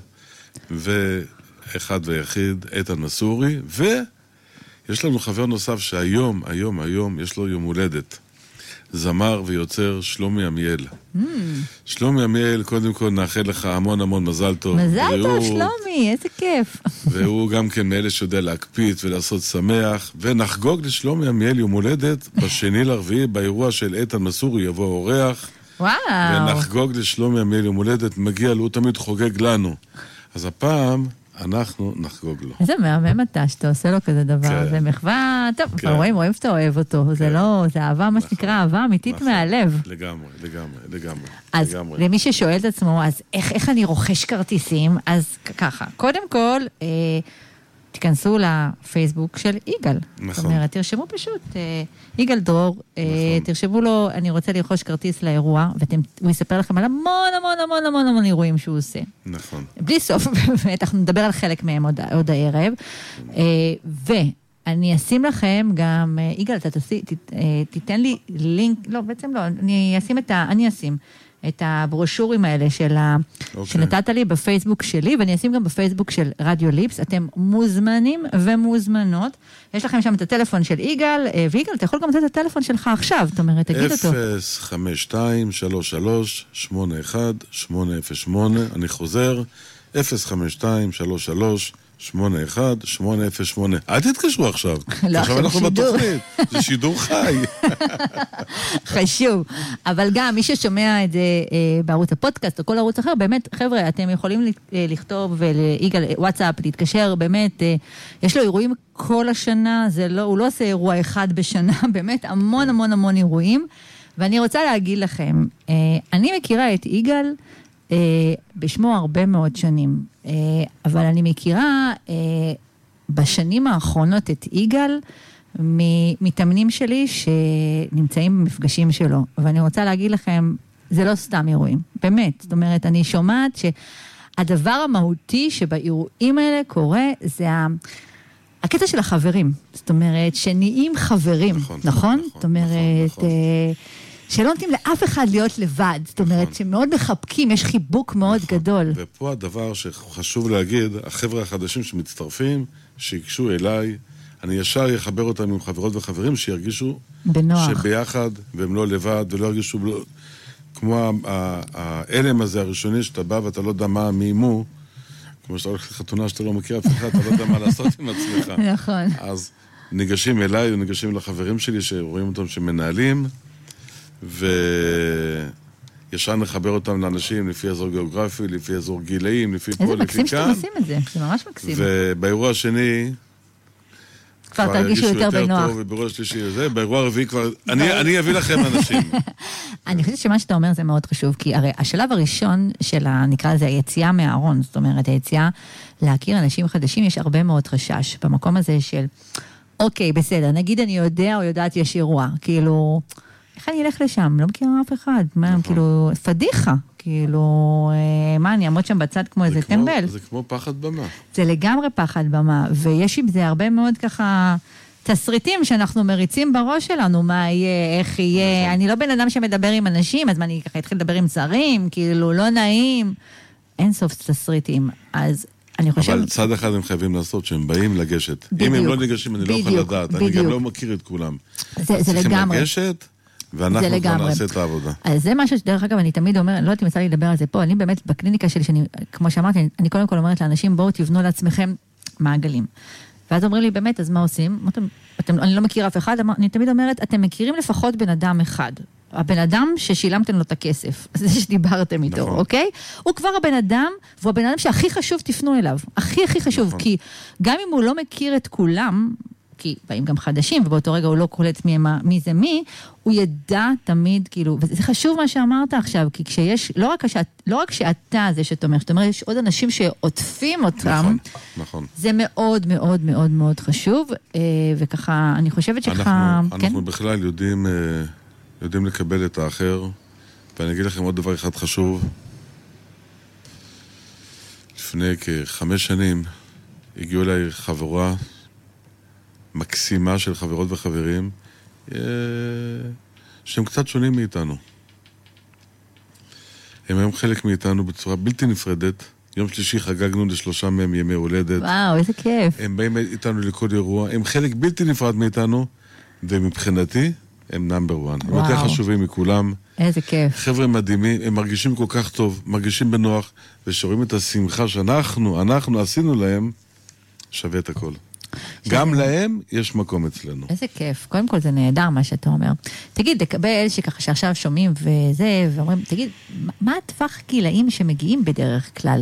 ואחד ויחיד, איתן מסורי, ויש לנו חבר נוסף שהיום, יש לו יום הולדת. זמר ויוצר שלומי עמיאל. שלומי עמיאל, קודם כל נאחל לך המון המון מזל טוב.
מזל טוב, שלומי, איזה כיף.
והוא גם כן מאלה שיודע להקפיץ ולעשות שמח, ונחגוג לשלומי עמיאל יום הולדת, בשני לרביעי, באירוע של איתן מסורי יבוא אורח.
וואו.
ונחגוג לשלומי עמיאל יום הולדת, מגיע לו, הוא תמיד חוגג לנו. אז הפעם אנחנו נחגוג לו.
איזה מהמם אתה שאתה עושה לו כזה דבר, זה מחווה, טוב, רואים שאתה אוהב אותו, זה לא, זה אהבה, מה שנקרא אהבה אמיתית מהלב.
לגמרי.
אז למי ששואל את עצמו, אז איך אני רוכש כרטיסים? אז ככה, קודם כל, תיכנסו לפייסבוק של יגאל.
נכון.
זאת אומרת, תרשמו פשוט, יגאל דרור, תרשמו לו, אני רוצה לרכוש כרטיס לאירוע, והוא יספר לכם על המון אירועים שהוא עושה.
נכון.
בלי סוף, באמת, אנחנו נדבר על חלק מהם עוד הערב. ואני אשים לכם גם, יגאל, תיתן לי לינק, לא, בעצם לא, אני אשים את הברושורים האלה שנתת לי בפייסבוק שלי, ואני אשים גם בפייסבוק של רדיו ליפס. אתם מוזמנים ומוזמנות. יש לכם שם את הטלפון של יגאל, ויגאל, אתה יכול גם לתת את הטלפון שלך עכשיו, זאת אומרת, תגיד אותו.
052-33-81-808, אני חוזר, 052-33-81-808. אל תתקשרו עכשיו. עכשיו אנחנו בתוכנית. זה שידור חי.
חשוב. אבל גם מי ששומע את זה בערוץ הפודקאסט או כל ערוץ אחר, באמת, חבר'ה, אתם יכולים לכתוב וליגאל וואטסאפ, להתקשר, באמת, יש לו אירועים כל השנה, הוא לא עושה אירוע אחד בשנה, באמת, המון אירועים. ואני רוצה להגיד לכם, אני מכירה את יגאל, בשמו הרבה מאוד שנים, אבל אני מכירה בשנים האחרונות את יגאל מתאמנים שלי שנמצאים במפגשים שלו, ואני רוצה להגיד לכם, זה לא סתם אירועים, באמת, זאת אומרת, אני שומעת שהדבר המהותי שבאירועים האלה קורה, זה הקטע של החברים, זאת אומרת, שנהיים חברים, נכון? זאת אומרת, שלא נותנים לאף אחד להיות לבד, זאת אומרת, שמאוד מחבקים, יש חיבוק מאוד גדול.
ופה הדבר שחשוב להגיד, החבר'ה החדשים שמצטרפים, שיגשו אליי, אני ישר יחבר אותם עם חברות וחברים, שירגישו
בנוח.
שביחד, והם לא לבד, ולא ירגישו כמו האלם הזה הראשוני, שאתה בא ואתה לא יודע מה מימו, כמו שאתה הולך לחתונה שאתה לא מכיר אף אחד, אתה לא יודע מה לעשות עם עצמך.
נכון.
אז ניגשים אליי, וניגשים לחברים שלי, שרואים אותם שמנהלים, וישר נחבר אותם לאנשים לפי אזור גיאוגרפי, לפי אזור גילאים, לפי פה, לפי כאן.
איזה מקסים שאתם עושים את זה, זה ממש מקסים.
ובאירוע השני,
כבר תרגישו יותר בנוח.
ובאירוע השלישי זה, באירוע הרביעי כבר, אני אביא לכם אנשים.
אני חושבת שמה שאתה אומר זה מאוד חשוב, כי הרי השלב הראשון של, נקרא לזה, היציאה מהארון, זאת אומרת, היציאה להכיר אנשים חדשים, יש הרבה מאוד חשש במקום הזה של, אוקיי, בסדר, נגיד אני יודע או יודעת יש אירוע, כאילו, איך אני אלך לשם? לא מכירה אף אחד, מה, כאילו, פדיחה, כאילו, מה, אני אעמוד שם בצד כמו איזה טמבל?
זה כמו פחד במה.
זה לגמרי פחד במה, ויש עם זה הרבה מאוד ככה תסריטים שאנחנו מריצים בראש שלנו, מה יהיה, איך יהיה, אני לא בן אדם שמדבר עם אנשים, אז מה, אני ככה אתחיל לדבר עם זרים, כאילו, לא נעים, אין סוף תסריטים, אז אני חושב...
אבל צד אחד הם חייבים לעשות, שהם באים לגשת. אם הם לא ניגשים, אני לא יכול לדעת, אני גם לא מכיר את כולם.
זה לגמרי.
צריכים לגשת, ואנחנו כבר נעשה את העבודה.
אז זה משהו שדרך אגב, אני תמיד אומרת, לא יודעת אם יצא לי לדבר על זה פה, אני באמת בקליניקה שלי, כמו שאמרתי, אני קודם כל אומרת לאנשים, בואו תבנו לעצמכם מעגלים. ואז אומרים לי, באמת, אז מה עושים? אני לא מכיר אף אחד, אני תמיד אומרת, אתם מכירים לפחות בן אדם אחד. הבן אדם ששילמתם לו את הכסף, זה שדיברתם איתו, אוקיי? הוא כבר הבן אדם, והוא הבן אדם שהכי חשוב תפנו אליו. הכי חשוב, כי גם אם הוא לא מכיר את כולם, כי באים גם חדשים, ובאותו רגע הוא לא קולט מי זה מי, הוא ידע תמיד, כאילו, וזה חשוב מה שאמרת עכשיו, כי כשיש, לא רק שאתה זה שתומך, זאת אומרת, יש עוד אנשים שעוטפים אותם,
נכון.
זה מאוד מאוד מאוד מאוד חשוב, וככה, אני חושבת שככה...
אנחנו בכלל יודעים לקבל את האחר, ואני אגיד לכם עוד דבר אחד חשוב. לפני כ5 שנים, הגיעו אליי חבורה, מקסימה של חברות וחברים, שהם קצת שונים מאיתנו. הם היום חלק מאיתנו בצורה בלתי נפרדת. יום שלישי חגגנו ל3 מהם ימי הולדת.
וואו, איזה כיף.
הם באים איתנו לכל אירוע. הם חלק בלתי נפרד מאיתנו, ומבחינתי הם נאמבר 1. הם יותר חשובים מכולם.
איזה כיף.
חבר'ה מדהימים, הם מרגישים כל כך טוב, מרגישים בנוח, ושרואים את השמחה שאנחנו עשינו להם, שווה את הכל. גם להם יש מקום אצלנו.
איזה כיף. קודם כל זה נהדר מה שאתה אומר. תגיד, לקבל שככה שעכשיו שומעים וזה, ואומרים, תגיד, מה הטווח גילאים שמגיעים בדרך כלל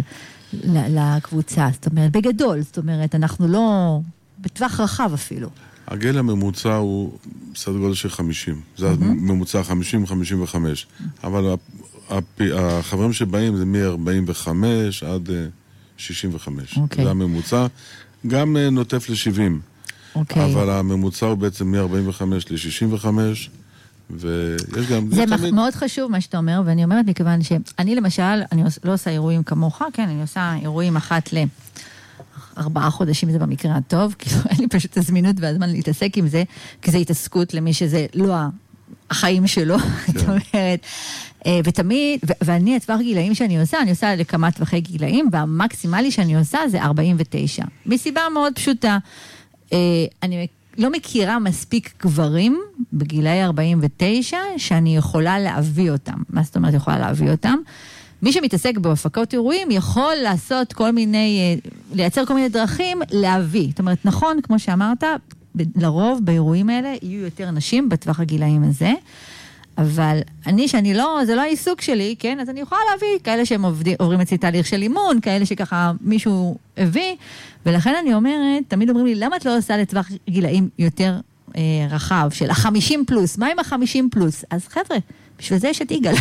לקבוצה? זאת אומרת, בגדול, זאת אומרת, אנחנו לא בטווח רחב אפילו.
הגיל הממוצע הוא סדר גודל של 50. זה הממוצע 50-55. אבל החברים שבאים זה מ-45 עד 65. זה הממוצע. גם נוטף ל-70. אבל הממוצע הוא בעצם מ-45 ל-65. ויש גם...
זה מאוד חשוב מה שאתה אומר, ואני אומרת מכיוון שאני למשל, אני לא עושה אירועים כמוך, כן, אני עושה אירועים אחת ל4 חודשים, זה במקרה הטוב, כי אין לי פשוט הזמינות והזמן להתעסק עם זה, כי זה התעסקות למי שזה לא החיים שלו, זאת אומרת, ותמיד, ואני הטווח גילאים שאני עושה, אני עושה לכמה טווחי גילאים, והמקסימלי שאני עושה זה 49. מסיבה מאוד פשוטה, אני לא מכירה מספיק גברים בגילאי 49 שאני יכולה להביא אותם. מה זאת אומרת יכולה להביא אותם? מי שמתעסק בהפקות אירועים יכול לעשות כל מיני, לייצר כל מיני דרכים להביא. זאת אומרת, נכון, כמו שאמרת, לרוב באירועים האלה יהיו יותר נשים בטווח הגילאים הזה, אבל שאני לא, זה לא העיסוק שלי, כן? אז אני יכולה להביא כאלה שהם עוברים אצלי תהליך של אימון, כאלה שככה מישהו הביא, ולכן אני אומרת, תמיד אומרים לי, למה את לא עושה לטווח גילאים יותר רחב, של 50 פלוס? מה עם 50 פלוס? אז חבר'ה, בשביל זה יש את יגאל.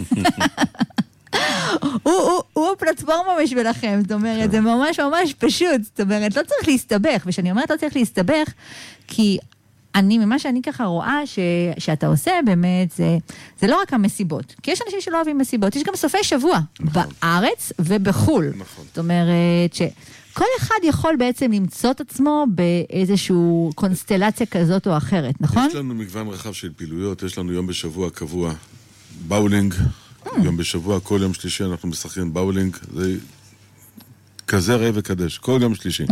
הוא הפלטפורמה בשבילכם, זאת אומרת, זה ממש ממש פשוט, זאת אומרת, לא צריך להסתבך, ושאני אומרת לא צריך להסתבך, כי ממה שאני ככה רואה שאתה עושה באמת, זה לא רק המסיבות, כי יש אנשים שלא אוהבים מסיבות, יש גם סופי שבוע, בארץ ובחול. זאת אומרת שכל אחד יכול בעצם למצוא את עצמו באיזשהו קונסטלציה כזאת או אחרת, נכון?
יש לנו מגוון רחב של פעילויות, יש לנו יום בשבוע קבוע, באולינג, יום בשבוע, כל יום שלישי אנחנו משחקים באולינג, זה כזה ראה וקדש, כל יום שלישי.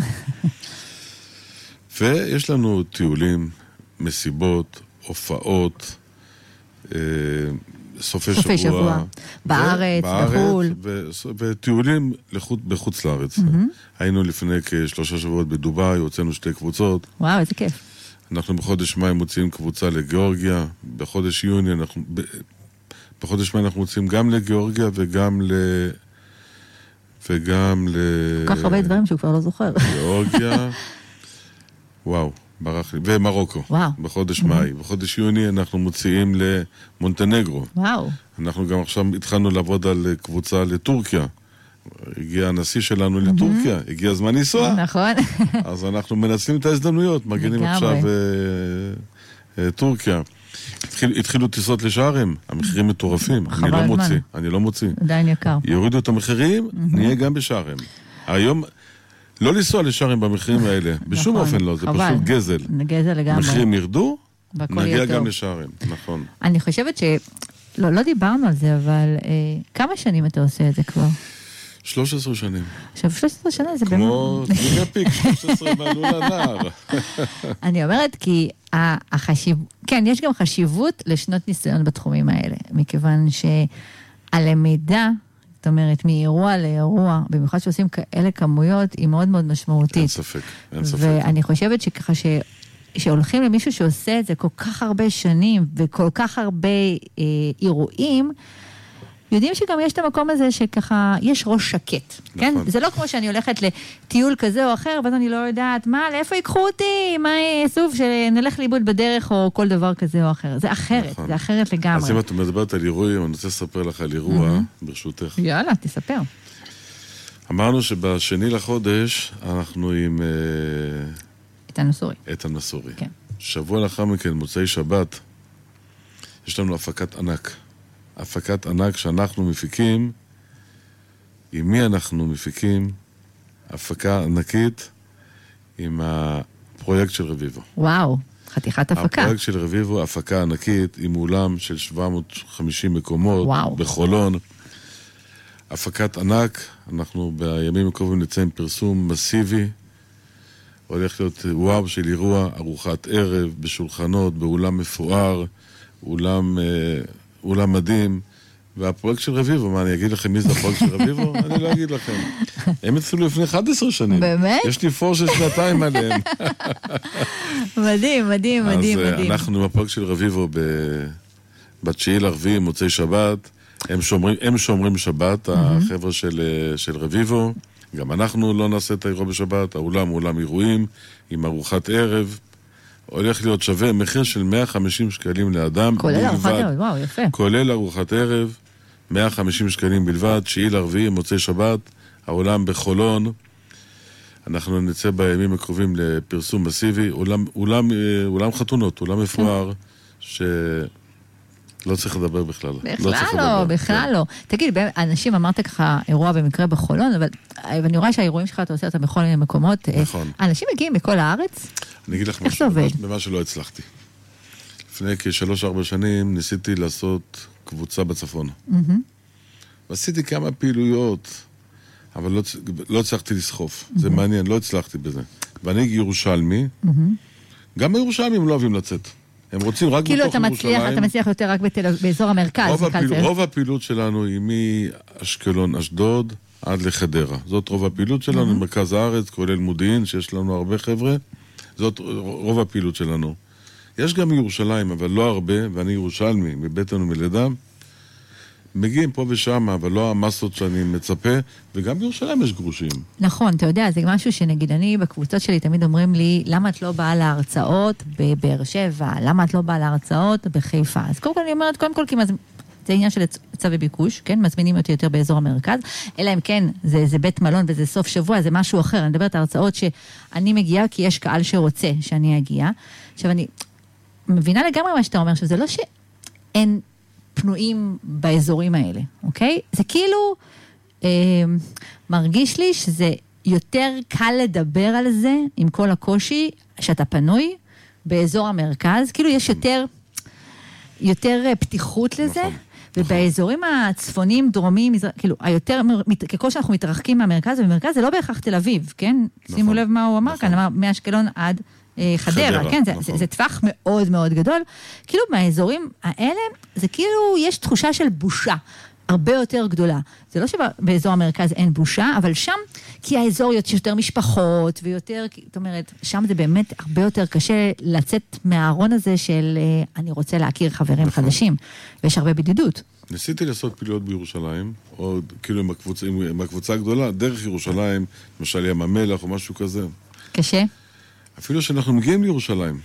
ויש לנו טיולים, מסיבות, הופעות, סופי שבוע.
בארץ, בחול.
וטיולים בחוץ לארץ. היינו לפני כ3 שבועות בדוביי, הוצאנו 2 קבוצות.
וואו, איזה כיף.
אנחנו בחודש מאי מוצאים קבוצה לגיאורגיה, בחודש יוני בחודש מאי אנחנו מוצאים גם לגיאורגיה וגם
כל כך הרבה דברים שהוא כבר לא זוכר.
גיאורגיה, וואו. ומרוקו, בחודש מאי. בחודש יוני אנחנו מוציאים למונטנגרו.
וואו.
אנחנו גם עכשיו התחלנו לעבוד על קבוצה לטורקיה. הגיע הנשיא שלנו לטורקיה, הגיע זמן לנסוע.
נכון.
אז אנחנו מנצלים את ההזדמנויות, מגינים עכשיו טורקיה. התחילו טיסות לשארם, המחירים מטורפים. אני לא מוציא.
עדיין יקר.
יורידו את המחירים, נהיה גם בשארם. היום... לא לנסוע לשארם במחירים האלה, בשום אופן לא, זה פשוט גזל.
גזל לגמרי.
המחירים ירדו, נגיע גם לשארם, נכון.
אני חושבת לא דיברנו על זה, אבל כמה שנים אתה עושה את זה כבר?
13 שנים.
עכשיו 13 שנה זה באמת...
כמו צביקה פיק, 13 בעלו לנער.
אני אומרת כי כן, יש גם חשיבות לשנות ניסיון בתחומים האלה, מכיוון שהלמידה, זאת אומרת, מאירוע לאירוע, במיוחד שעושים כאלה כמויות, היא מאוד מאוד משמעותית.
אין ספק.
ואני חושבת שככה שהולכים למישהו שעושה את זה כל כך הרבה שנים, וכל כך הרבה אירועים, יודעים שגם יש את המקום הזה שככה, יש ראש שקט, כן? זה לא כמו שאני הולכת לטיול כזה או אחר, ואז אני לא יודעת, לאיפה ייקחו אותי? מה סוף שנלך לאיבוד בדרך או כל דבר כזה או אחר? זה אחרת, זה אחרת לגמרי.
אז אם את מדברת על אירועים, אני רוצה לספר לך על אירוע, ברשותך.
יאללה, תספר.
אמרנו שבשני לחודש אנחנו עם... איתן נסורי.
כן.
שבוע לאחר מכן, מוצאי שבת, יש לנו הפקת ענק שאנחנו מפיקים. עם מי אנחנו מפיקים? הפקה ענקית עם הפרויקט של רביבו.
וואו, חתיכת הפקה.
הפרויקט של רביבו, הפקה ענקית עם אולם של 750 מקומות.
וואו.
בחולון. הפקת ענק, אנחנו בימים הקרובים נצא עם פרסום מסיבי. הולך להיות וואו של אירוע, ארוחת ערב, בשולחנות, באולם מפואר, אולם מדהים, והפרויקט של רביבו, מה, אני אגיד לכם מי זה הפרויקט של רביבו? אני לא אגיד לכם. הם התחילו לפני 11 שנים.
באמת?
יש לי פור של 2 עליהם.
מדהים, מדהים, מדהים, מדהים.
אז אנחנו בפרויקט של רביבו, ב9 ל4, מוצאי שבת, הם שומרים שבת, החבר'ה של רביבו, גם אנחנו לא נעשה את האירוע בשבת, האולם הוא אולם אירועים, עם ארוחת ערב, הולך להיות שווה, מחיר של 150 שקלים לאדם.
כולל ארוחת ערב, וואו, יפה.
כולל ארוחת ערב, 150 שקלים בלבד, 9/4, מוצאי שבת, האולם בחולון, אנחנו נצא בימים הקרובים לפרסום מסיבי, אולם חתונות, אולם מפואר, שלא צריך לדבר בכלל.
בכלל לא. תגיד, אנשים אמרת ככה אירוע במקרה בחולון, אבל אני רואה שהאירועים שלך אתה עושה אותם בכל מיני מקומות.
נכון.
אנשים מגיעים בכל הארץ?
אני אגיד לך משהו, במה שלא הצלחתי. לפני כ3-4 שנים ניסיתי לעשות קבוצה בצפון. ועשיתי כמה פעילויות, אבל לא הצלחתי לסחוף. זה מעניין, לא הצלחתי בזה. ואני ירושלמי, גם הירושלמים לא אוהבים לצאת. הם רוצים רק בתוך ירושלים.
כאילו אתה מצליח יותר רק באזור המרכז.
רוב הפעילות שלנו היא מאשקלון, אשדוד, עד לחדרה. זאת רוב הפעילות שלנו, מרכז הארץ, כולל מודיעין, שיש לנו הרבה חבר'ה. זאת רוב הפעילות שלנו. יש גם ירושלים, אבל לא הרבה, ואני ירושלמי, מבטן ומלידה. מגיעים פה ושם, אבל לא המסות שאני מצפה, וגם בירושלים יש גרושים.
נכון, אתה יודע, זה משהו שנגיד, אני בקבוצות שלי תמיד אומרים לי, למה את לא באה להרצאות בבאר שבע? למה את לא באה להרצאות בחיפה? אז קודם כל אני אומרת, קודם כל, כי זה עניין של היצע וביקוש, כן? מזמינים אותי יותר באזור המרכז, אלא אם כן, זה בית מלון וזה סוף שבוע, זה משהו אחר. אני מדברת על הרצאות שאני מגיעה, כי יש קהל שרוצה שאני אגיע. עכשיו, אני מבינה לגמרי מה שאתה אומר, שזה לא שאין פנויים באזורים האלה, אוקיי? זה כאילו מרגיש לי שזה יותר קל לדבר על זה, עם כל הקושי, שאתה פנוי באזור המרכז, כאילו יש יותר פתיחות לזה, ובאזורים הצפוניים, דרומיים, כאילו, ככל שאנחנו מתרחקים מהמרכז, ובמרכז זה לא בהכרח תל אביב, כן? שימו לב מה הוא אמר כאן, אמר מאשקלון עד חדרה, כן? זה טווח מאוד מאוד גדול. כאילו, מהאזורים האלה, זה כאילו, יש תחושה של בושה. הרבה יותר גדולה. זה לא שבאזור המרכז אין בושה, אבל שם, כי האזור יש יותר משפחות, ויותר, זאת אומרת, שם זה באמת הרבה יותר קשה לצאת מהארון הזה של אני רוצה להכיר חברים חדשים, ויש הרבה בדידות.
ניסיתי לעשות פעילויות בירושלים, או כאילו עם הקבוצה הגדולה, דרך ירושלים, למשל ים המלח או משהו כזה.
קשה?
אפילו שאנחנו מגיעים לירושלים.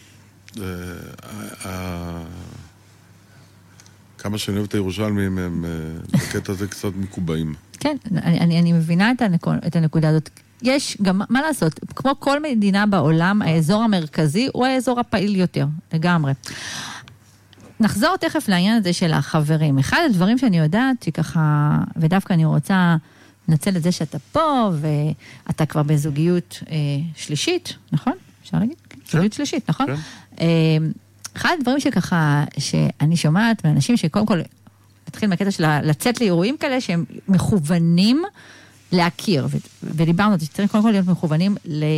כמה שאני אוהב את הירושלמים, הם בקטע הזה קצת מקובעים.
כן, אני מבינה את הנקודה הזאת. יש גם, מה לעשות, כמו כל מדינה בעולם, האזור המרכזי הוא האזור הפעיל יותר, לגמרי. נחזור תכף לעניין הזה של החברים. אחד הדברים שאני יודעת, שככה, ודווקא אני רוצה לנצל את זה שאתה פה, ואתה כבר בזוגיות שלישית, נכון? אפשר להגיד? זוגיות שלישית, נכון? כן. אחד הדברים שככה, שאני שומעת מאנשים שקודם כל, נתחיל מהקטע של לצאת לאירועים כאלה, שהם מכוונים להכיר, ודיברנו, שצריך קודם כל להיות מכוונים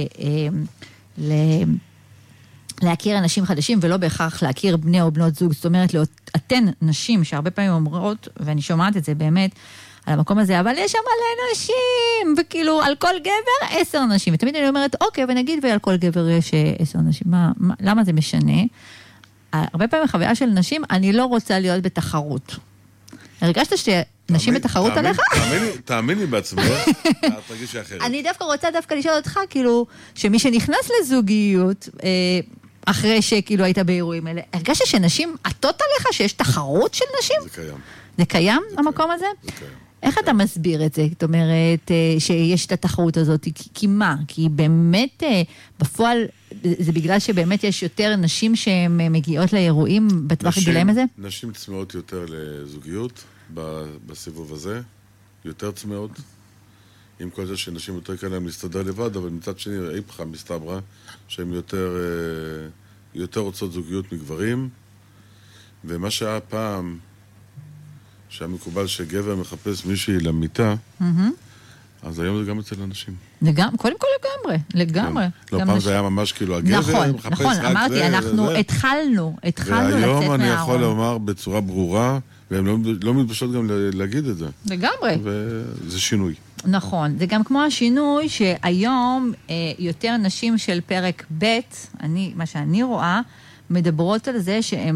להכיר אנשים חדשים, ולא בהכרח להכיר בני או בנות זוג, זאת אומרת, לאתן נשים, שהרבה פעמים אומרות, ואני שומעת את זה באמת, על המקום הזה, אבל יש שם מלא נשים, וכאילו, על כל גבר 10 נשים, ותמיד אני אומרת, אוקיי, ונגיד, ועל כל גבר יש 10 נשים, למה זה משנה? הרבה פעמים חוויה של נשים, אני לא רוצה להיות בתחרות. הרגשת שנשים בתחרות עליך?
תאמיני בעצמך, תרגישי אחרת.
אני דווקא רוצה לשאול אותך, כאילו, שמי שנכנס לזוגיות, אחרי שכאילו היית באירועים האלה, הרגשת שנשים עטות עליך שיש תחרות של נשים?
זה קיים.
זה קיים, המקום הזה?
זה קיים.
איך אתה מסביר את זה? זאת אומרת, שיש את התחרות הזאת, כי מה? כי באמת, בפועל, זה בגלל שבאמת יש יותר נשים שהן מגיעות לאירועים בטווח הגילאים הזה?
נשים צמאות יותר לזוגיות בסיבוב הזה, יותר צמאות, עם כל זה שנשים יותר קל להם להסתדר לבד, אבל מצד שני, איפכה מסתברא, שהן יותר רוצות זוגיות מגברים, ומה שהיה פעם, שהיה מקובל שגבר מחפש מישהי למיטה, אז היום זה גם אצל אנשים.
קודם כל לגמרי.
לא, פעם זה היה ממש כאילו, הגבר מחפש רק זה.
נכון, אמרתי, אנחנו התחלנו לצאת מהארון.
והיום אני יכול לומר בצורה ברורה, והן לא מתביישות גם להגיד את זה.
לגמרי.
וזה שינוי.
נכון, זה גם כמו השינוי שהיום יותר נשים של פרק ב', מה שאני רואה, מדברות על זה שהן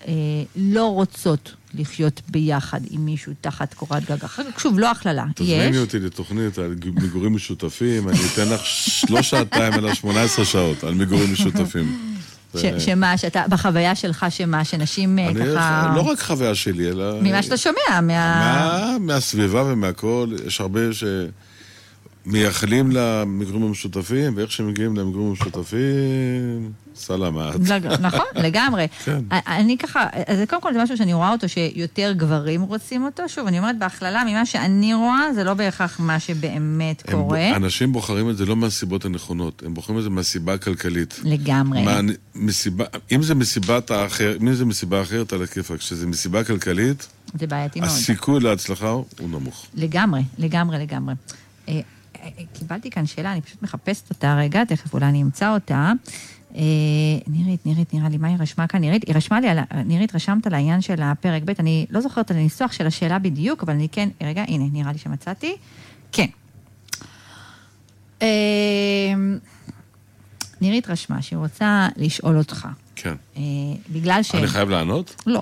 לא רוצות לחיות ביחד עם מישהו תחת קורת גג אחר. שוב, לא הכללה.
תזמיני אותי לתוכנית על מגורים משותפים, אני אתן לך 3 שעתיים אלא 18 שעות על מגורים משותפים.
שמה, שאתה, בחוויה שלך, שמה, שנשים ככה...
לא רק חוויה שלי, אלא...
ממה שאתה שומע,
מהסביבה ומהכל, יש הרבה שמייחלים למגורים המשותפים, ואיך שמגיעים למגורים המשותפים, סלמת.
נכון, לגמרי. אני ככה, אז קודם כל זה משהו שאני רואה אותו, שיותר גברים רוצים אותו. שוב, אני אומרת, בהכללה, ממה שאני רואה, זה לא בהכרח מה שבאמת קורה.
אנשים בוחרים את זה לא מהסיבות הנכונות, הם בוחרים את זה מהסיבה הכלכלית.
לגמרי.
אם זה מסיבה אחרת על הכיפה, כשזה מסיבה כלכלית,
זה בעייתי מאוד.
הסיכוי להצלחה הוא נמוך.
לגמרי. קיבלתי כאן שאלה, אני פשוט מחפשת אותה רגע, תכף אולי אני אמצא אותה. נירית, נראה לי מה היא רשמה כאן. נירית, רשמת על העניין של הפרק ב', אני לא זוכרת על הניסוח של השאלה בדיוק, אבל אני כן, רגע, הנה, נראה לי שמצאתי. כן. נירית רשמה שהיא רוצה לשאול אותך.
כן.
בגלל ש...
אני חייב לענות?
לא.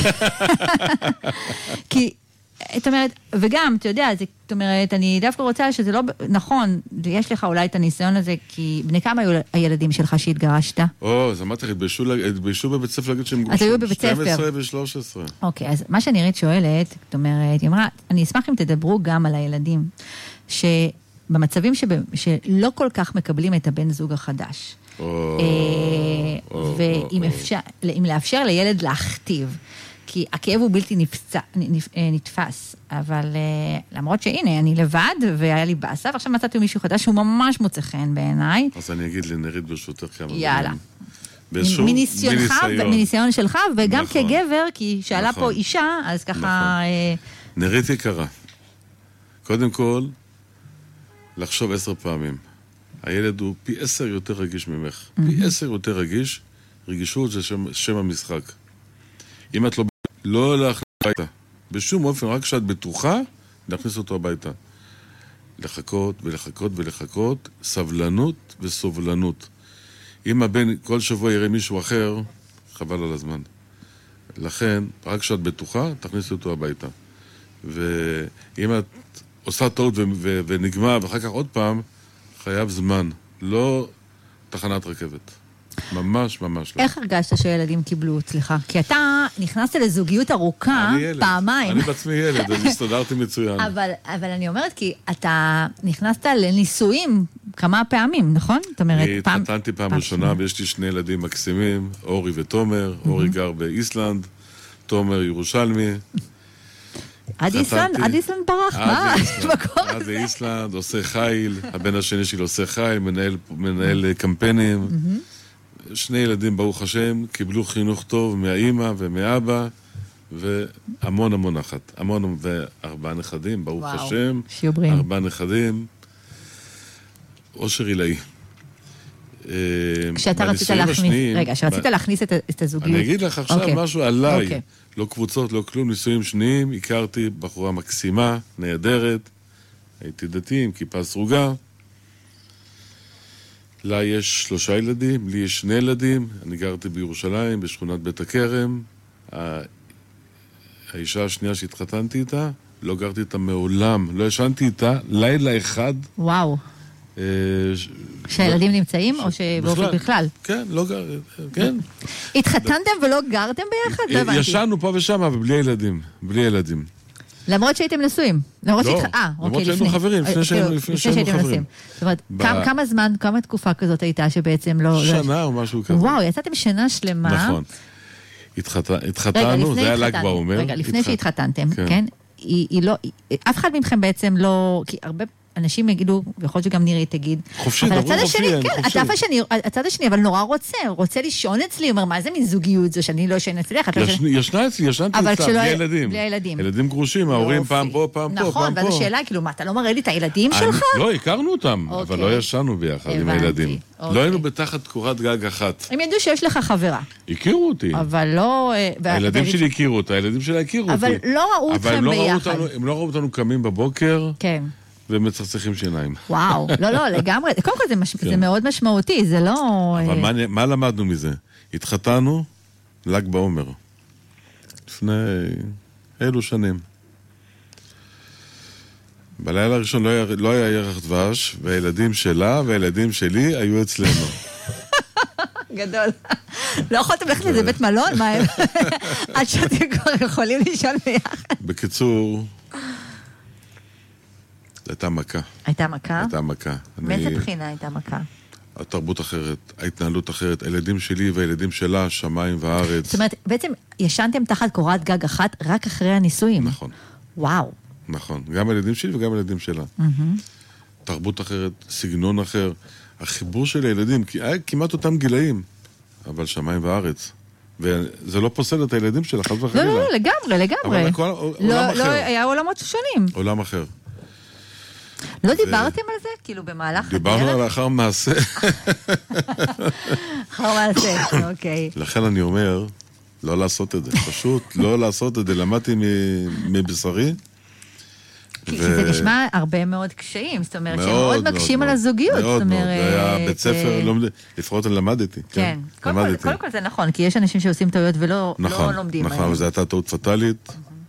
כי... זאת אומרת, וגם, אתה יודע, זאת אומרת, אני דווקא רוצה שזה לא נכון, יש לך אולי את הניסיון הזה, כי בני כמה היו הילדים שלך שהתגרשת?
אז אמרתי לך, התביישו בבית ספר להגיד שהם גרושים.
אז היו בבית ספר.
12 ו-13.
אוקיי, אז מה שנירית שואלת, זאת אומרת, היא אמרה, אני אשמח אם תדברו גם על הילדים, שבמצבים שלא כל כך מקבלים את הבן זוג החדש. ואם לאפשר לילד להכתיב, כי הכאב הוא בלתי נתפס, אבל למרות שהנה, אני לבד, והיה לי באסה, ועכשיו מצאתי מישהו חדש שהוא ממש מוצא חן בעיניי.
אז אני אגיד לנירית ברשותך כמה דברים.
יאללה. מניסיון שלך, וגם כגבר, כי שאלה פה אישה, אז ככה...
נירית יקרה. קודם כל, לחשוב 10 פעמים. הילד הוא פי 10 יותר רגיש ממך. פי 10 יותר רגיש, רגישות זה שם המשחק. אם את לא להכניס הביתה, בשום אופן, רק כשאת בטוחה, להכניס אותו הביתה. לחכות ולחכות ולחכות, סבלנות וסובלנות. אם הבן כל שבוע יראה מישהו אחר, חבל על הזמן. לכן, רק כשאת בטוחה, תכניס אותו הביתה. ואם את עושה טעות ונגמר, ואחר כך עוד פעם, חייב זמן. לא תחנת רכבת. ממש, ממש לא.
איך הרגשת שילדים קיבלו אצלך? כי אתה נכנסת לזוגיות ארוכה פעמיים.
אני בעצמי ילד, אז הסתדרתי מצוין.
אבל אני אומרת, כי אתה נכנסת לנישואים כמה פעמים, נכון?
אני התחתנתי פעם ראשונה, ויש לי 2 ילדים מקסימים, אורי ותומר. אורי גר באיסלנד, תומר ירושלמי.
עד איסלנד ברח, מה?
עד לאיסלנד, עושה חיל, הבן השני שלי עושה חיל, מנהל קמפיינים. 2 ילדים, ברוך השם, קיבלו חינוך טוב מהאימא ומאבא, והמון המון נחת. המון, ו4 נכדים, ברוך השם. 4 נכדים. אושר עילאי.
כשאתה רצית להכניס, רגע, כשרצית להכניס את הזוגיות.
אני אגיד לך עכשיו משהו עליי. לא קבוצות, לא כלום, נישואים שניים, הכרתי בחורה מקסימה, נהדרת, הייתי דתי עם כיפה סרוגה. לה יש 3 ילדים, לי יש 2 ילדים, אני גרתי בירושלים, בשכונת בית הכרם. האישה השנייה שהתחתנתי איתה, לא גרתי איתה מעולם, לא ישנתי איתה, לילה אחד.
וואו. שהילדים נמצאים או שבאופן בכלל?
כן, לא גר, כן.
התחתנתם ולא גרתם ביחד? לא הבנתי.
ישנו פה ושם, אבל בלי ילדים, בלי ילדים.
למרות שהייתם נשואים?
לא, למרות שהיינו חברים, לפני שהיינו חברים.
זאת אומרת, כמה זמן, כמה תקופה כזאת הייתה שבעצם לא...
שנה או משהו כזה.
וואו, יצאתם שנה שלמה.
נכון. התחתנו, זה היה ל"ג בעומר.
רגע, לפני שהתחתנתם, כן? אף אחד מכם בעצם לא... כי הרבה... אנשים יגידו, ויכול להיות שגם נירית תגיד,
חופשי, דברו חופשי,
הצד השני, אבל נורא רוצה לישון אצלי, אומר, מה זה מין זוגיות זו שאני לא ישן אצלך?
ישנה אצלי, ישנתי אצלך, בלי ילדים. ילדים גרושים, ההורים פעם פה, פעם פה,
נכון, ואז השאלה, כאילו, מה, אתה לא מראה לי את הילדים שלך?
לא, הכרנו אותם, אבל לא ישנו ביחד עם הילדים. לא היינו בתחת קורת גג אחת.
הם ידעו שיש לך חברה.
הכירו אותי.
אבל לא...
הילדים שלי הכירו אותה, הילדים שלה הכירו אותי.
אבל לא ראו אתכם ביחד.
הם לא ראו אותנו קמים בבוקר.
כן.
ומצחצחים שיניים.
וואו, לא, לגמרי. קודם כל זה מאוד משמעותי, זה לא...
אבל מה למדנו מזה? התחתנו, ל"ג בעומר. לפני אילו שנים. בלילה הראשון לא היה ירח דבש, והילדים שלה והילדים שלי היו אצלנו.
גדול. לא יכולתם ללכת לאיזה בית מלון? מה הם? עד שאתם כבר יכולים לישון ביחד.
בקיצור, הייתה מכה.
הייתה מכה?
הייתה מכה.
מאיזה בחינה הייתה מכה?
התרבות אחרת, ההתנהלות אחרת, הילדים שלי והילדים שלה, שמיים וארץ.
זאת אומרת, בעצם ישנתם תחת קורת גג אחת רק אחרי הנישואים.
נכון.
וואו.
נכון, גם הילדים שלי וגם הילדים שלה. תרבות אחרת, סגנון אחר, החיבור של הילדים, כי היה כמעט אותם גילאים, אבל שמיים וארץ. וזה לא פוסל את הילדים שלה, חס וחלילה.
לא, לגמרי.
אבל עולם אחר.
לא, היה עולמות שונים.
עולם אחר.
לא דיברתם על זה? כאילו במהלך הדרך?
דיברנו על לאחר מעשה.
אחר מעשה, אוקיי.
לכן אני אומר, לא לעשות את זה. פשוט לא לעשות את זה. למדתי מבשרי.
כי זה נשמע הרבה מאוד קשיים, זאת אומרת, שהם מאוד מקשים על הזוגיות.
מאוד מאוד, זה היה בית ספר, לפחות אני למדתי.
כן, קודם כל זה נכון, כי יש אנשים שעושים טעויות ולא לומדים.
נכון, זו הייתה טעות פטלית.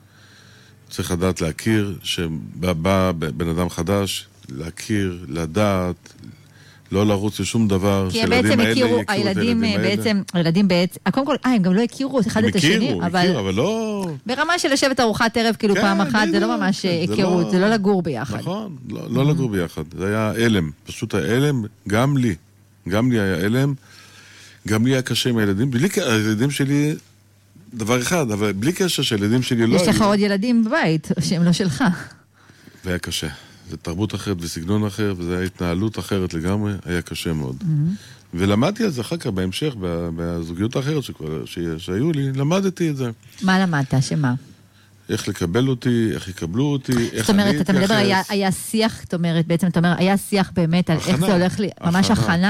צריך לדעת להכיר, שבא בן אדם חדש, להכיר, לדעת, לא לרוץ לשום דבר,
כי הם בעצם הכירו, הילדים בעצם, קודם כל, הם גם לא הכירו אחד את השני,
אבל לא...
ברמה של לשבת ארוחת ערב, כאילו פעם אחת, זה לא ממש הכירות, זה לא לגור ביחד.
נכון, לא לגור ביחד, זה היה אלם, פשוט האלם, גם לי היה אלם, גם לי היה קשה עם הילדים, הילדים שלי... דבר אחד, אבל בלי קשר שהילדים שלי לא...
יש לך עוד ילדים בבית, שהם לא שלך.
והיה קשה. זה תרבות אחרת וסגנון אחר, וזו הייתה התנהלות אחרת לגמרי, היה קשה מאוד. ולמדתי על זה אחר כך בהמשך, בזוגיות האחרת שהיו לי, למדתי את זה.
מה למדת? שמה?
איך לקבל אותי, איך יקבלו אותי, איך אני אתייחס.
זאת אומרת, אתה מדבר, היה שיח, זאת אומרת, בעצם אתה אומר, היה שיח באמת על איך זה הולך לי, ממש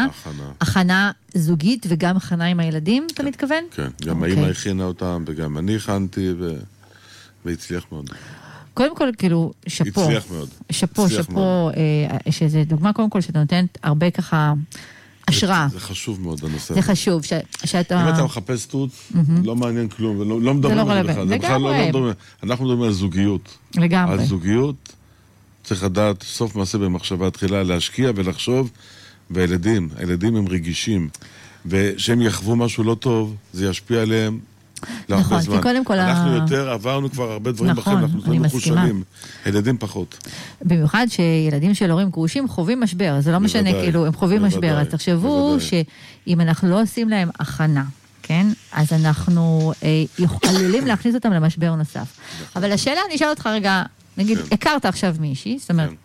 הכנה זוגית וגם הכנה עם הילדים, אתה מתכוון?
כן, גם האמא הכינה אותם וגם אני הכנתי והצליח מאוד.
קודם כל, כאילו, שפו.
הצליח מאוד.
שפו, שזה דוגמה קודם כל שאתה נותנת הרבה ככה השראה.
זה חשוב מאוד הנושא.
זה חשוב, שאתה...
אם אתה מחפש תות, לא מעניין כלום, ולא מדברים על זה בכלל. אנחנו מדברים על זוגיות.
לגמרי.
על זוגיות, צריך לדעת, סוף מעשה במחשבה תחילה, להשקיע ולחשוב, והילדים, הילדים הם רגישים, ושהם יחוו משהו לא טוב, זה ישפיע עליהם
נכון, כי קודם כל...
אנחנו יותר עברנו כבר הרבה דברים בחיים, אנחנו יותר מחושבים, ילדים פחות.
במיוחד שילדים של הורים גרושים חווים משבר, זה לא משנה, כאילו, הם חווים משבר, אז תחשבו שאם אנחנו לא עושים להם הכנה, כן? אז אנחנו עלולים להכניס אותם למשבר נוסף. אבל השאלה, אני אשאל אותך רגע, נגיד, הכרת עכשיו מישהי, זאת אומרת,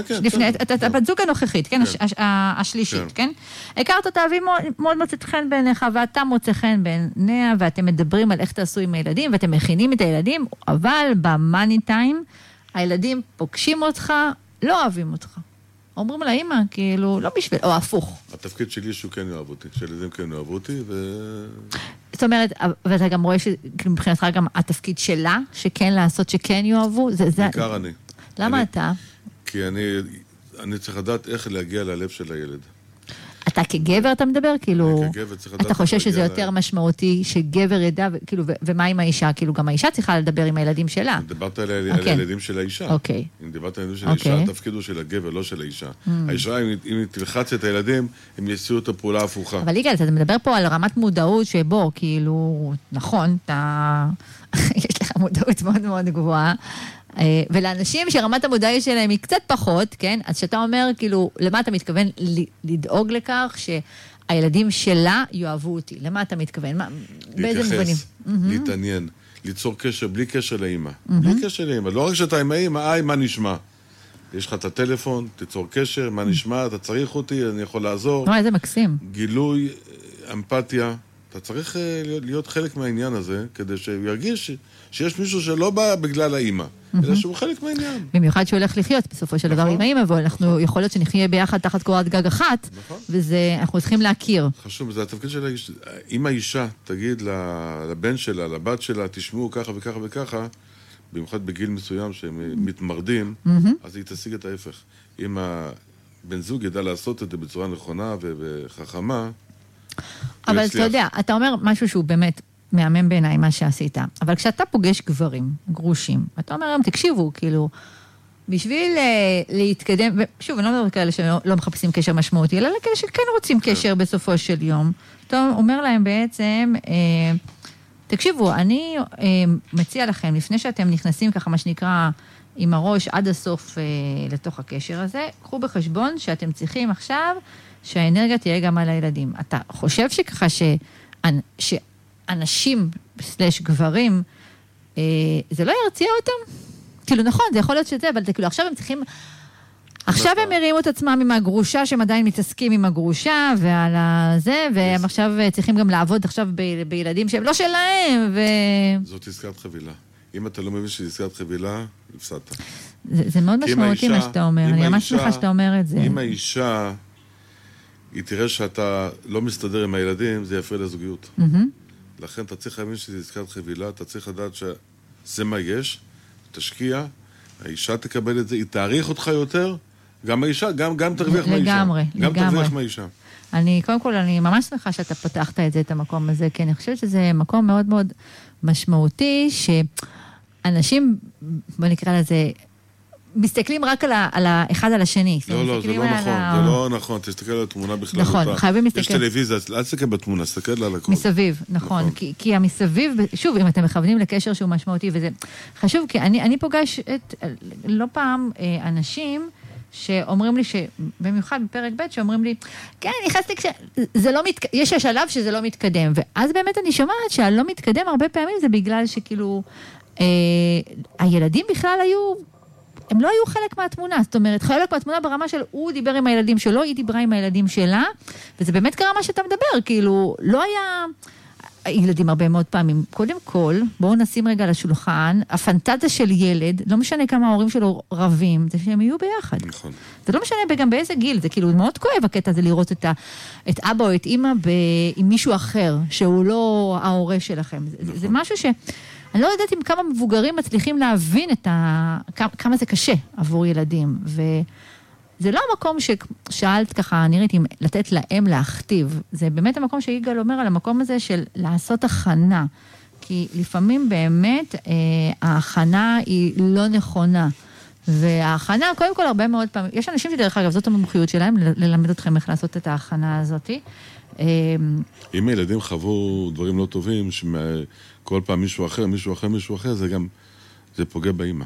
את הבת זוג הנוכחית, כן? השלישית, כן? הכרת אותה והיא מאוד מוצאת חן בעיניך, ואתה מוצא חן בעיניה, ואתם מדברים על איך תעשו עם הילדים, ואתם מכינים את הילדים, אבל במאני טיים, הילדים פוגשים אותך, לא אוהבים אותך. אומרים לה, אמא, כאילו, לא בשביל, או הפוך.
התפקיד שלי שהוא כן יאהב אותי, שילדים כן יאהבו אותי,
זאת אומרת, ואתה גם רואה שמבחינתך גם התפקיד שלה, שכן לעשות, שכן יאהבו,
בעיקר אני.
למה אתה?
כי אני צריך לדעת איך להגיע ללב של הילד.
אתה כגבר אתה מדבר? כאילו,
כגבר צריך לדעת...
אתה חושב שזה יותר משמעותי שגבר ידע, כאילו, ומה עם האישה? כאילו, גם האישה צריכה לדבר עם הילדים שלה.
דיברת על הילדים של האישה.
אוקיי.
אם דיברת על הילדים של האישה, התפקיד הוא של הגבר, לא של האישה. האישה, אם היא תלחץ את הילדים, הם יעשו את הפעולה ההפוכה.
אבל יגאל, אתה מדבר פה על רמת מודעות שבו, כאילו, נכון, יש לך מודעות מאוד מאוד גבוהה, ולאנשים שרמת המודעות שלהם היא קצת פחות, כן? אז שאתה אומר, כאילו, למה אתה מתכוון לדאוג לכך שהילדים שלה יאהבו אותי? למה אתה מתכוון? באיזה מובנים?
להתעניין, ליצור קשר, בלי קשר לאמא. בלי קשר לאמא. לא רק שאתה עם האמא, מה נשמע? יש לך את הטלפון, תיצור קשר, מה נשמע? אתה צריך אותי, אני יכול לעזור.
איזה מקסים.
גילוי, אמפתיה. אתה צריך להיות חלק מהעניין הזה, כדי שהוא ירגיש שיש מישהו שלא בא בגלל האמא, אלא שהוא חלק מהעניין.
במיוחד שהוא הולך לחיות בסופו של דבר עם האמא, ואנחנו יכול להיות שנחיה ביחד תחת קורת גג אחת, ואנחנו צריכים להכיר.
חשוב, זה התפקיד של האישה. אם האישה תגיד לבן שלה, לבת שלה, תשמעו ככה וככה וככה, במיוחד בגיל מסוים שהם מתמרדים, אז היא תשיג את ההפך. אם הבן זוג ידע לעשות את זה בצורה נכונה וחכמה,
אבל אתה יודע, אתה אומר משהו שהוא באמת מהמם בעיניי מה שעשית. אבל כשאתה פוגש גברים, גרושים, אתה אומר להם, תקשיבו, כאילו, בשביל להתקדם, ושוב, אני לא מדבר כאלה שלא מחפשים קשר משמעותי, אלא כאלה שכן רוצים קשר בסופו של יום. אתה אומר להם בעצם, תקשיבו, אני מציע לכם, לפני שאתם נכנסים ככה, מה שנקרא, עם הראש עד הסוף לתוך הקשר הזה, קחו בחשבון שאתם צריכים עכשיו שהאנרגיה תהיה גם על הילדים. אתה חושב שככה שאנשים סלש גברים, זה לא ירציע אותם? כאילו נכון, זה יכול להיות שזה, אבל זה כאילו עכשיו הם צריכים, עכשיו הם הרימו את עצמם עם הגרושה, שהם עדיין מתעסקים עם הגרושה, ועל זה, והם עכשיו צריכים גם לעבוד עכשיו בילדים שהם לא שלהם,
זאת עסקת חבילה. אם אתה לא מבין שזה עסקת חבילה, הפסדת.
זה מאוד משמעותי מה שאתה אומר, אני ממש שמחה שאתה אומר את זה.
אם האישה, היא תראה שאתה לא מסתדר עם הילדים, זה יפריע לזוגיות. לכן אתה צריך להבין שזה עסקת חבילה, אתה צריך לדעת שזה מה יש, תשקיע, האישה תקבל את זה, היא תאריך אותך יותר, גם האישה, גם תרוויח מהאישה.
לגמרי,
גם תרוויח מהאישה.
קודם כל, אני ממש שמחה שאתה פתחת את זה, את המקום הזה, כי אני חושבת שזה מקום מאוד מאוד משמעותי, שאנשים, בוא נקרא לזה, מסתכלים רק על האחד על השני.
לא, זה לא נכון, זה לא נכון, תסתכל על התמונה בכלל.
נכון, חייבים להסתכל.
יש טלוויזיה, אל תסתכל בתמונה, תסתכל על הכל.
מסביב, נכון, כי המסביב, שוב, אם אתם מכוונים לקשר שהוא משמעותי, וזה חשוב, כי אני פוגשת לא פעם אנשים שאומרים לי, במיוחד בפרק ב' שאומרים לי, כן, נכנסתי יש השלב שזה לא מתקדם, ואז באמת אני שומעת שהלא מתקדם הרבה פעמים זה בגלל שכאילו, הילדים בכלל הם לא היו חלק מהתמונה, זאת אומרת, חלק מהתמונה ברמה של הוא דיבר עם הילדים שלו, היא דיברה עם הילדים שלה, וזה באמת קרה מה שאתה מדבר, כאילו, לא היה ילדים הרבה מאוד פעמים. קודם כל, בואו נשים רגע לשולחן, הפנטזיה של ילד, לא משנה כמה ההורים שלו רבים, זה שהם יהיו ביחד.
נכון.
זה לא משנה גם באיזה גיל, זה כאילו מאוד כואב הקטע הזה לראות את אבא או את אמא עם מישהו אחר, שהוא לא ההורה שלכם. נכון. זה משהו אני לא יודעת אם כמה מבוגרים מצליחים להבין כמה זה קשה עבור ילדים, וזה לא המקום ששאלת ככה, נראית אם לתת להם להכתיב, זה באמת המקום שיגאל אומר על המקום הזה של לעשות הכנה, כי לפעמים באמת ההכנה היא לא נכונה, וההכנה קודם כל הרבה מאוד פעמים, יש אנשים שדרך אגב זאת המומחיות שלהם, ללמד אתכם איך לעשות את ההכנה הזאת.
אם הילדים חוו דברים לא טובים, כל פעם מישהו אחר, זה פוגע באמא.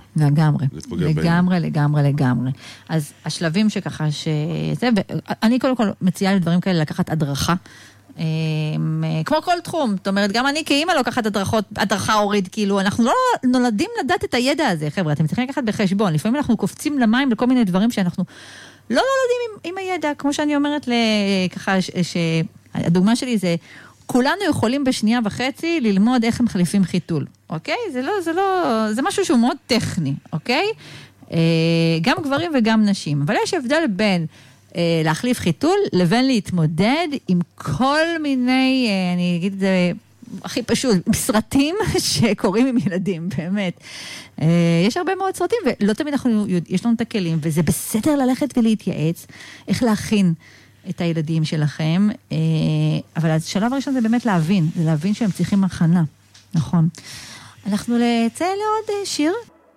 לגמרי. אז השלבים שככה אני קודם כל מציעה לדברים כאלה לקחת הדרכה, כמו כל תחום, זאת אומרת, גם אני כאמא לוקחת הדרכה הורית, כאילו, אנחנו לא נולדים לדעת את הידע הזה, חבר'ה, אתם צריכים לקחת בחשבון, לפעמים אנחנו קופצים למים לכל מיני דברים שאנחנו לא נולדים עם הידע, כמו שאני אומרת ככה, שהדוגמה שלי זה, כולנו יכולים בשנייה וחצי ללמוד איך הם מחליפים חיתול, אוקיי? זה משהו שהוא מאוד טכני, אוקיי? גם גברים וגם נשים. אבל יש הבדל בין להחליף חיתול לבין להתמודד עם כל מיני, אני אגיד את זה הכי פשוט, סרטים שקורים עם ילדים, באמת. יש הרבה מאוד סרטים, ולא תמיד יש לנו את הכלים, וזה בסדר ללכת ולהתייעץ, איך להכין את הילדים שלכם, אבל השלב הראשון זה באמת להבין, זה להבין שהם צריכים הכנה, נכון. אנחנו נצא לעוד שיר.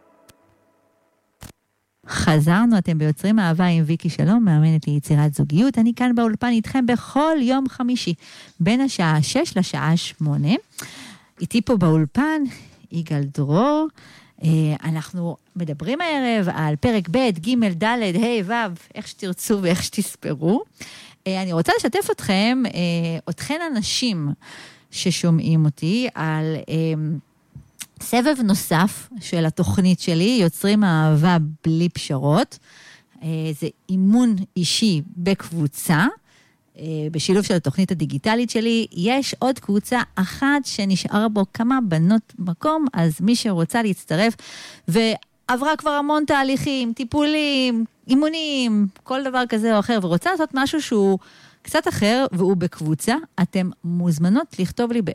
חזרנו, אתם ביוצרים אהבה עם ויקי שלום, מאמנת ליצירת זוגיות, אני כאן באולפן איתכם בכל יום חמישי, בין השעה 6 לשעה 8, איתי פה באולפן, יגאל דרור, אנחנו מדברים הערב על פרק ב', ג', ד', ה', ו', איך שתרצו ואיך שתספרו. אני רוצה לשתף אתכן אנשים ששומעים אותי על סבב נוסף של התוכנית שלי, יוצרים אהבה בלי פשרות. זה אימון אישי בקבוצה, בשילוב של התוכנית הדיגיטלית שלי. יש עוד קבוצה אחת שנשאר בו כמה בנות מקום, אז מי שרוצה להצטרף, ועברה כבר המון תהליכים, טיפולים, אימונים, כל דבר כזה או אחר, ורוצה לעשות משהו שהוא קצת אחר, והוא בקבוצה, אתם מוזמנות לכתוב לי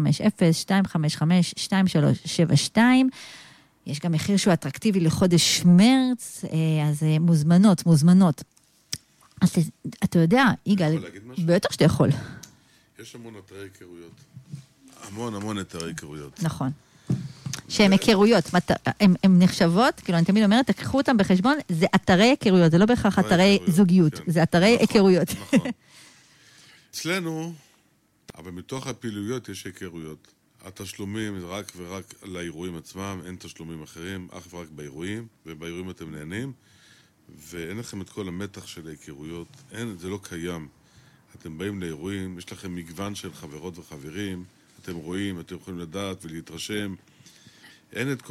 ב-050-255-2372, יש גם מחיר שהוא אטרקטיבי לחודש מרץ, אז מוזמנות. אז אתה יודע, יגאל, בטח שאתה יכול.
יש המון אתרי היכרויות. המון אתרי היכרויות.
נכון. שהן היכרויות, הן נחשבות, כאילו אני תמיד אומרת, תקחו אותם בחשבון, זה אתרי היכרויות, זה לא בהכרח אתרי זוגיות, זה אתרי היכרויות.
נכון. אצלנו, אבל מתוך הפעילויות יש היכרויות. התשלומים זה רק ורק לאירועים עצמם, אין תשלומים אחרים, אך ורק באירועים, ובאירועים אתם נהנים, ואין לכם את כל המתח של ההיכרויות, זה לא קיים. אתם באים לאירועים, יש לכם מגוון של חברות וחברים, אתם רואים, אתם יכולים לדעת ולהתרשם, אין את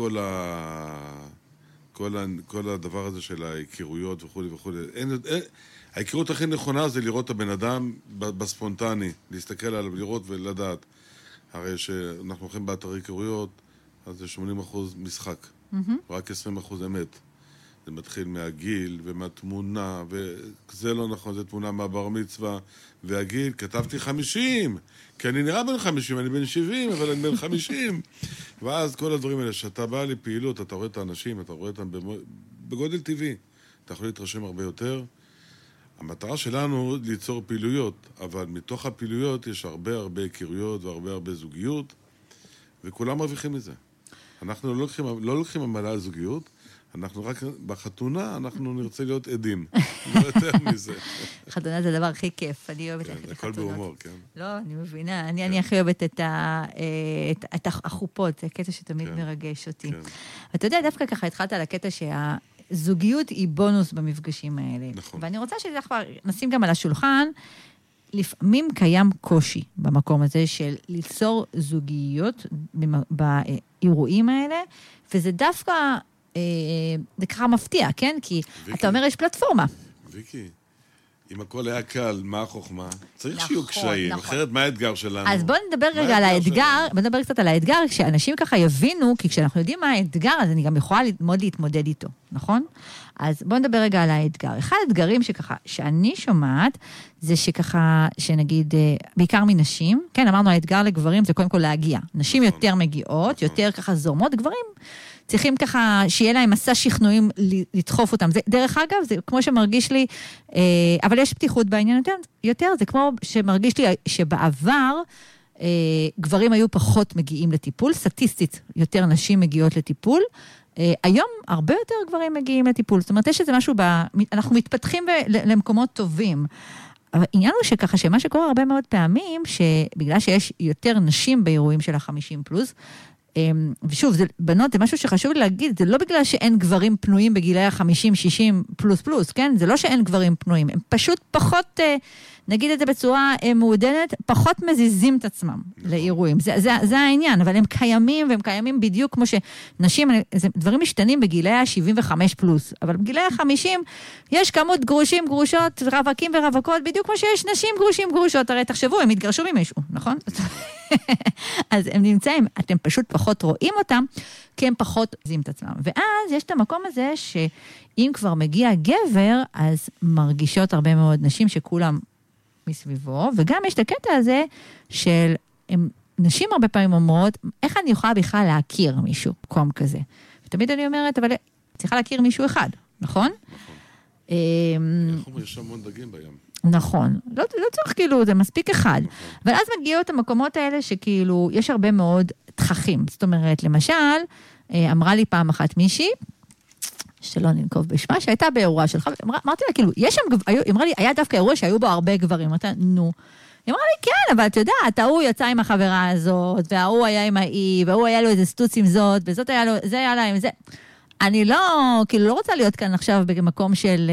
כל הדבר הזה של ההיכרויות וכו' וכו'. ההיכרות הכי נכונה זה לראות את הבן אדם בספונטני, להסתכל עליו, לראות ולדעת. הרי שאנחנו הולכים באתרי היכרויות, אז זה 80% משחק, רק 20% אמת. זה מתחיל מהגיל ומהתמונה, וזה לא נכון, זה תמונה מהבר מצווה, והגיל, כתבתי 50, כי אני נראה בן 50, אני בן 70, אבל אני בן 50. ואז כל הדברים האלה, שאתה בא לפעילות, אתה רואה את האנשים, אתה רואה אותם בגודל טבעי, אתה יכול להתרשם הרבה יותר. המטרה שלנו ליצור פעילויות, אבל מתוך הפעילויות יש הרבה היכרויות והרבה זוגיות, וכולם מרוויחים מזה. אנחנו לא לוקחים עמלה על זוגיות, אנחנו רק בחתונה, אנחנו נרצה להיות עדים. לא יותר מזה.
חתונה זה הדבר הכי כיף, אני אוהבת את החתונות.
הכל בהומור, כן.
לא, אני מבינה, אני הכי אוהבת את החופות, זה קטע שתמיד מרגש אותי. ואתה יודע, דווקא ככה התחלת על הקטע שהזוגיות היא בונוס במפגשים האלה. נכון. ואני רוצה שנשים גם על השולחן, לפעמים קיים קושי במקום הזה של ליצור זוגיות באירועים האלה, וזה דווקא זה ככה מפתיע, כן? כי ויקי, אתה אומר, יש פלטפורמה.
ויקי, אם הכל היה קל, מה החוכמה? צריך נכון, שיהיו קשיים, נכון. אחרת מה האתגר שלנו?
אז בואו נדבר רגע על האתגר, בואו נדבר קצת על האתגר, כשאנשים ככה יבינו, כי כשאנחנו יודעים מה האתגר, אז אני גם יכולה מאוד להתמודד איתו, נכון? אז בואו נדבר רגע על האתגר. אחד האתגרים שככה, שאני שומעת, זה שככה, שנגיד, בעיקר מנשים, כן, אמרנו, האתגר לגברים זה קודם כל להגיע. נשים נכון. יותר מגיעות, נכון. יותר ככה זורמות, גברים צריכים ככה שיהיה להם מסע שכנועים לדחוף אותם. זה, דרך אגב, זה כמו שמרגיש לי, אבל יש פתיחות בעניין יותר, זה כמו שמרגיש לי שבעבר גברים היו פחות מגיעים לטיפול, סטטיסטית יותר נשים מגיעות לטיפול, היום הרבה יותר גברים מגיעים לטיפול, זאת אומרת, יש איזה משהו, אנחנו מתפתחים למקומות טובים, אבל העניין הוא שככה שמה שקורה הרבה מאוד פעמים, שבגלל שיש יותר נשים באירועים של ה-50 פלוס, ושוב, בנות, זה משהו שחשוב לי להגיד, זה לא בגלל שאין גברים פנויים בגילי ה-50, 60 פלוס, כן? זה לא שאין גברים פנויים, הם פשוט פחות, נגיד את זה בצורה מעודנת, פחות מזיזים את עצמם לאירועים. זה העניין, אבל הם קיימים, והם קיימים בדיוק כמו שנשים, דברים משתנים בגילי ה-75 פלוס, אבל בגילי ה-50 יש כמות גרושים, גרושות, רווקים ורווקות, בדיוק כמו שיש נשים גרושים, גרושות, הרי תחשבו, הם התגרשו ממישהו, נכון? אז הם נמצאים, אתם פשוט פחות רואים אותם, כי הם פחות מזיזים את עצמם. ואז יש את המקום הזה, שאם כבר מגיע גבר, אז מרגישות הרבה מאוד נשים שכולם מסביבו, וגם יש את הקטע הזה של נשים הרבה פעמים אומרות, איך אני יכולה בכלל להכיר מישהו, מקום כזה? ותמיד אני אומרת, אבל צריכה להכיר מישהו אחד, נכון?
נכון. יש המון דגים בים.
נכון. לא צריך כאילו, זה מספיק אחד. אבל אז מגיעות המקומות האלה שכאילו, יש הרבה מאוד תככים. זאת אומרת, למשל, אמרה לי פעם אחת מישהי, שלא ננקוב בשמה, שהייתה באירוע שלך, אמרתי לה, כאילו, יש שם, אמרה לי, היה דווקא אירוע שהיו בו הרבה גברים, אמרתי לה, נו. היא אמרה לי, כן, אבל אתה יודעת, ההוא יצא עם החברה הזאת, וההוא היה עם האי, והוא היה לו איזה סטוץ עם זאת, וזאת היה לו, זה היה לה עם זה. אני לא, כאילו, לא רוצה להיות כאן עכשיו במקום של,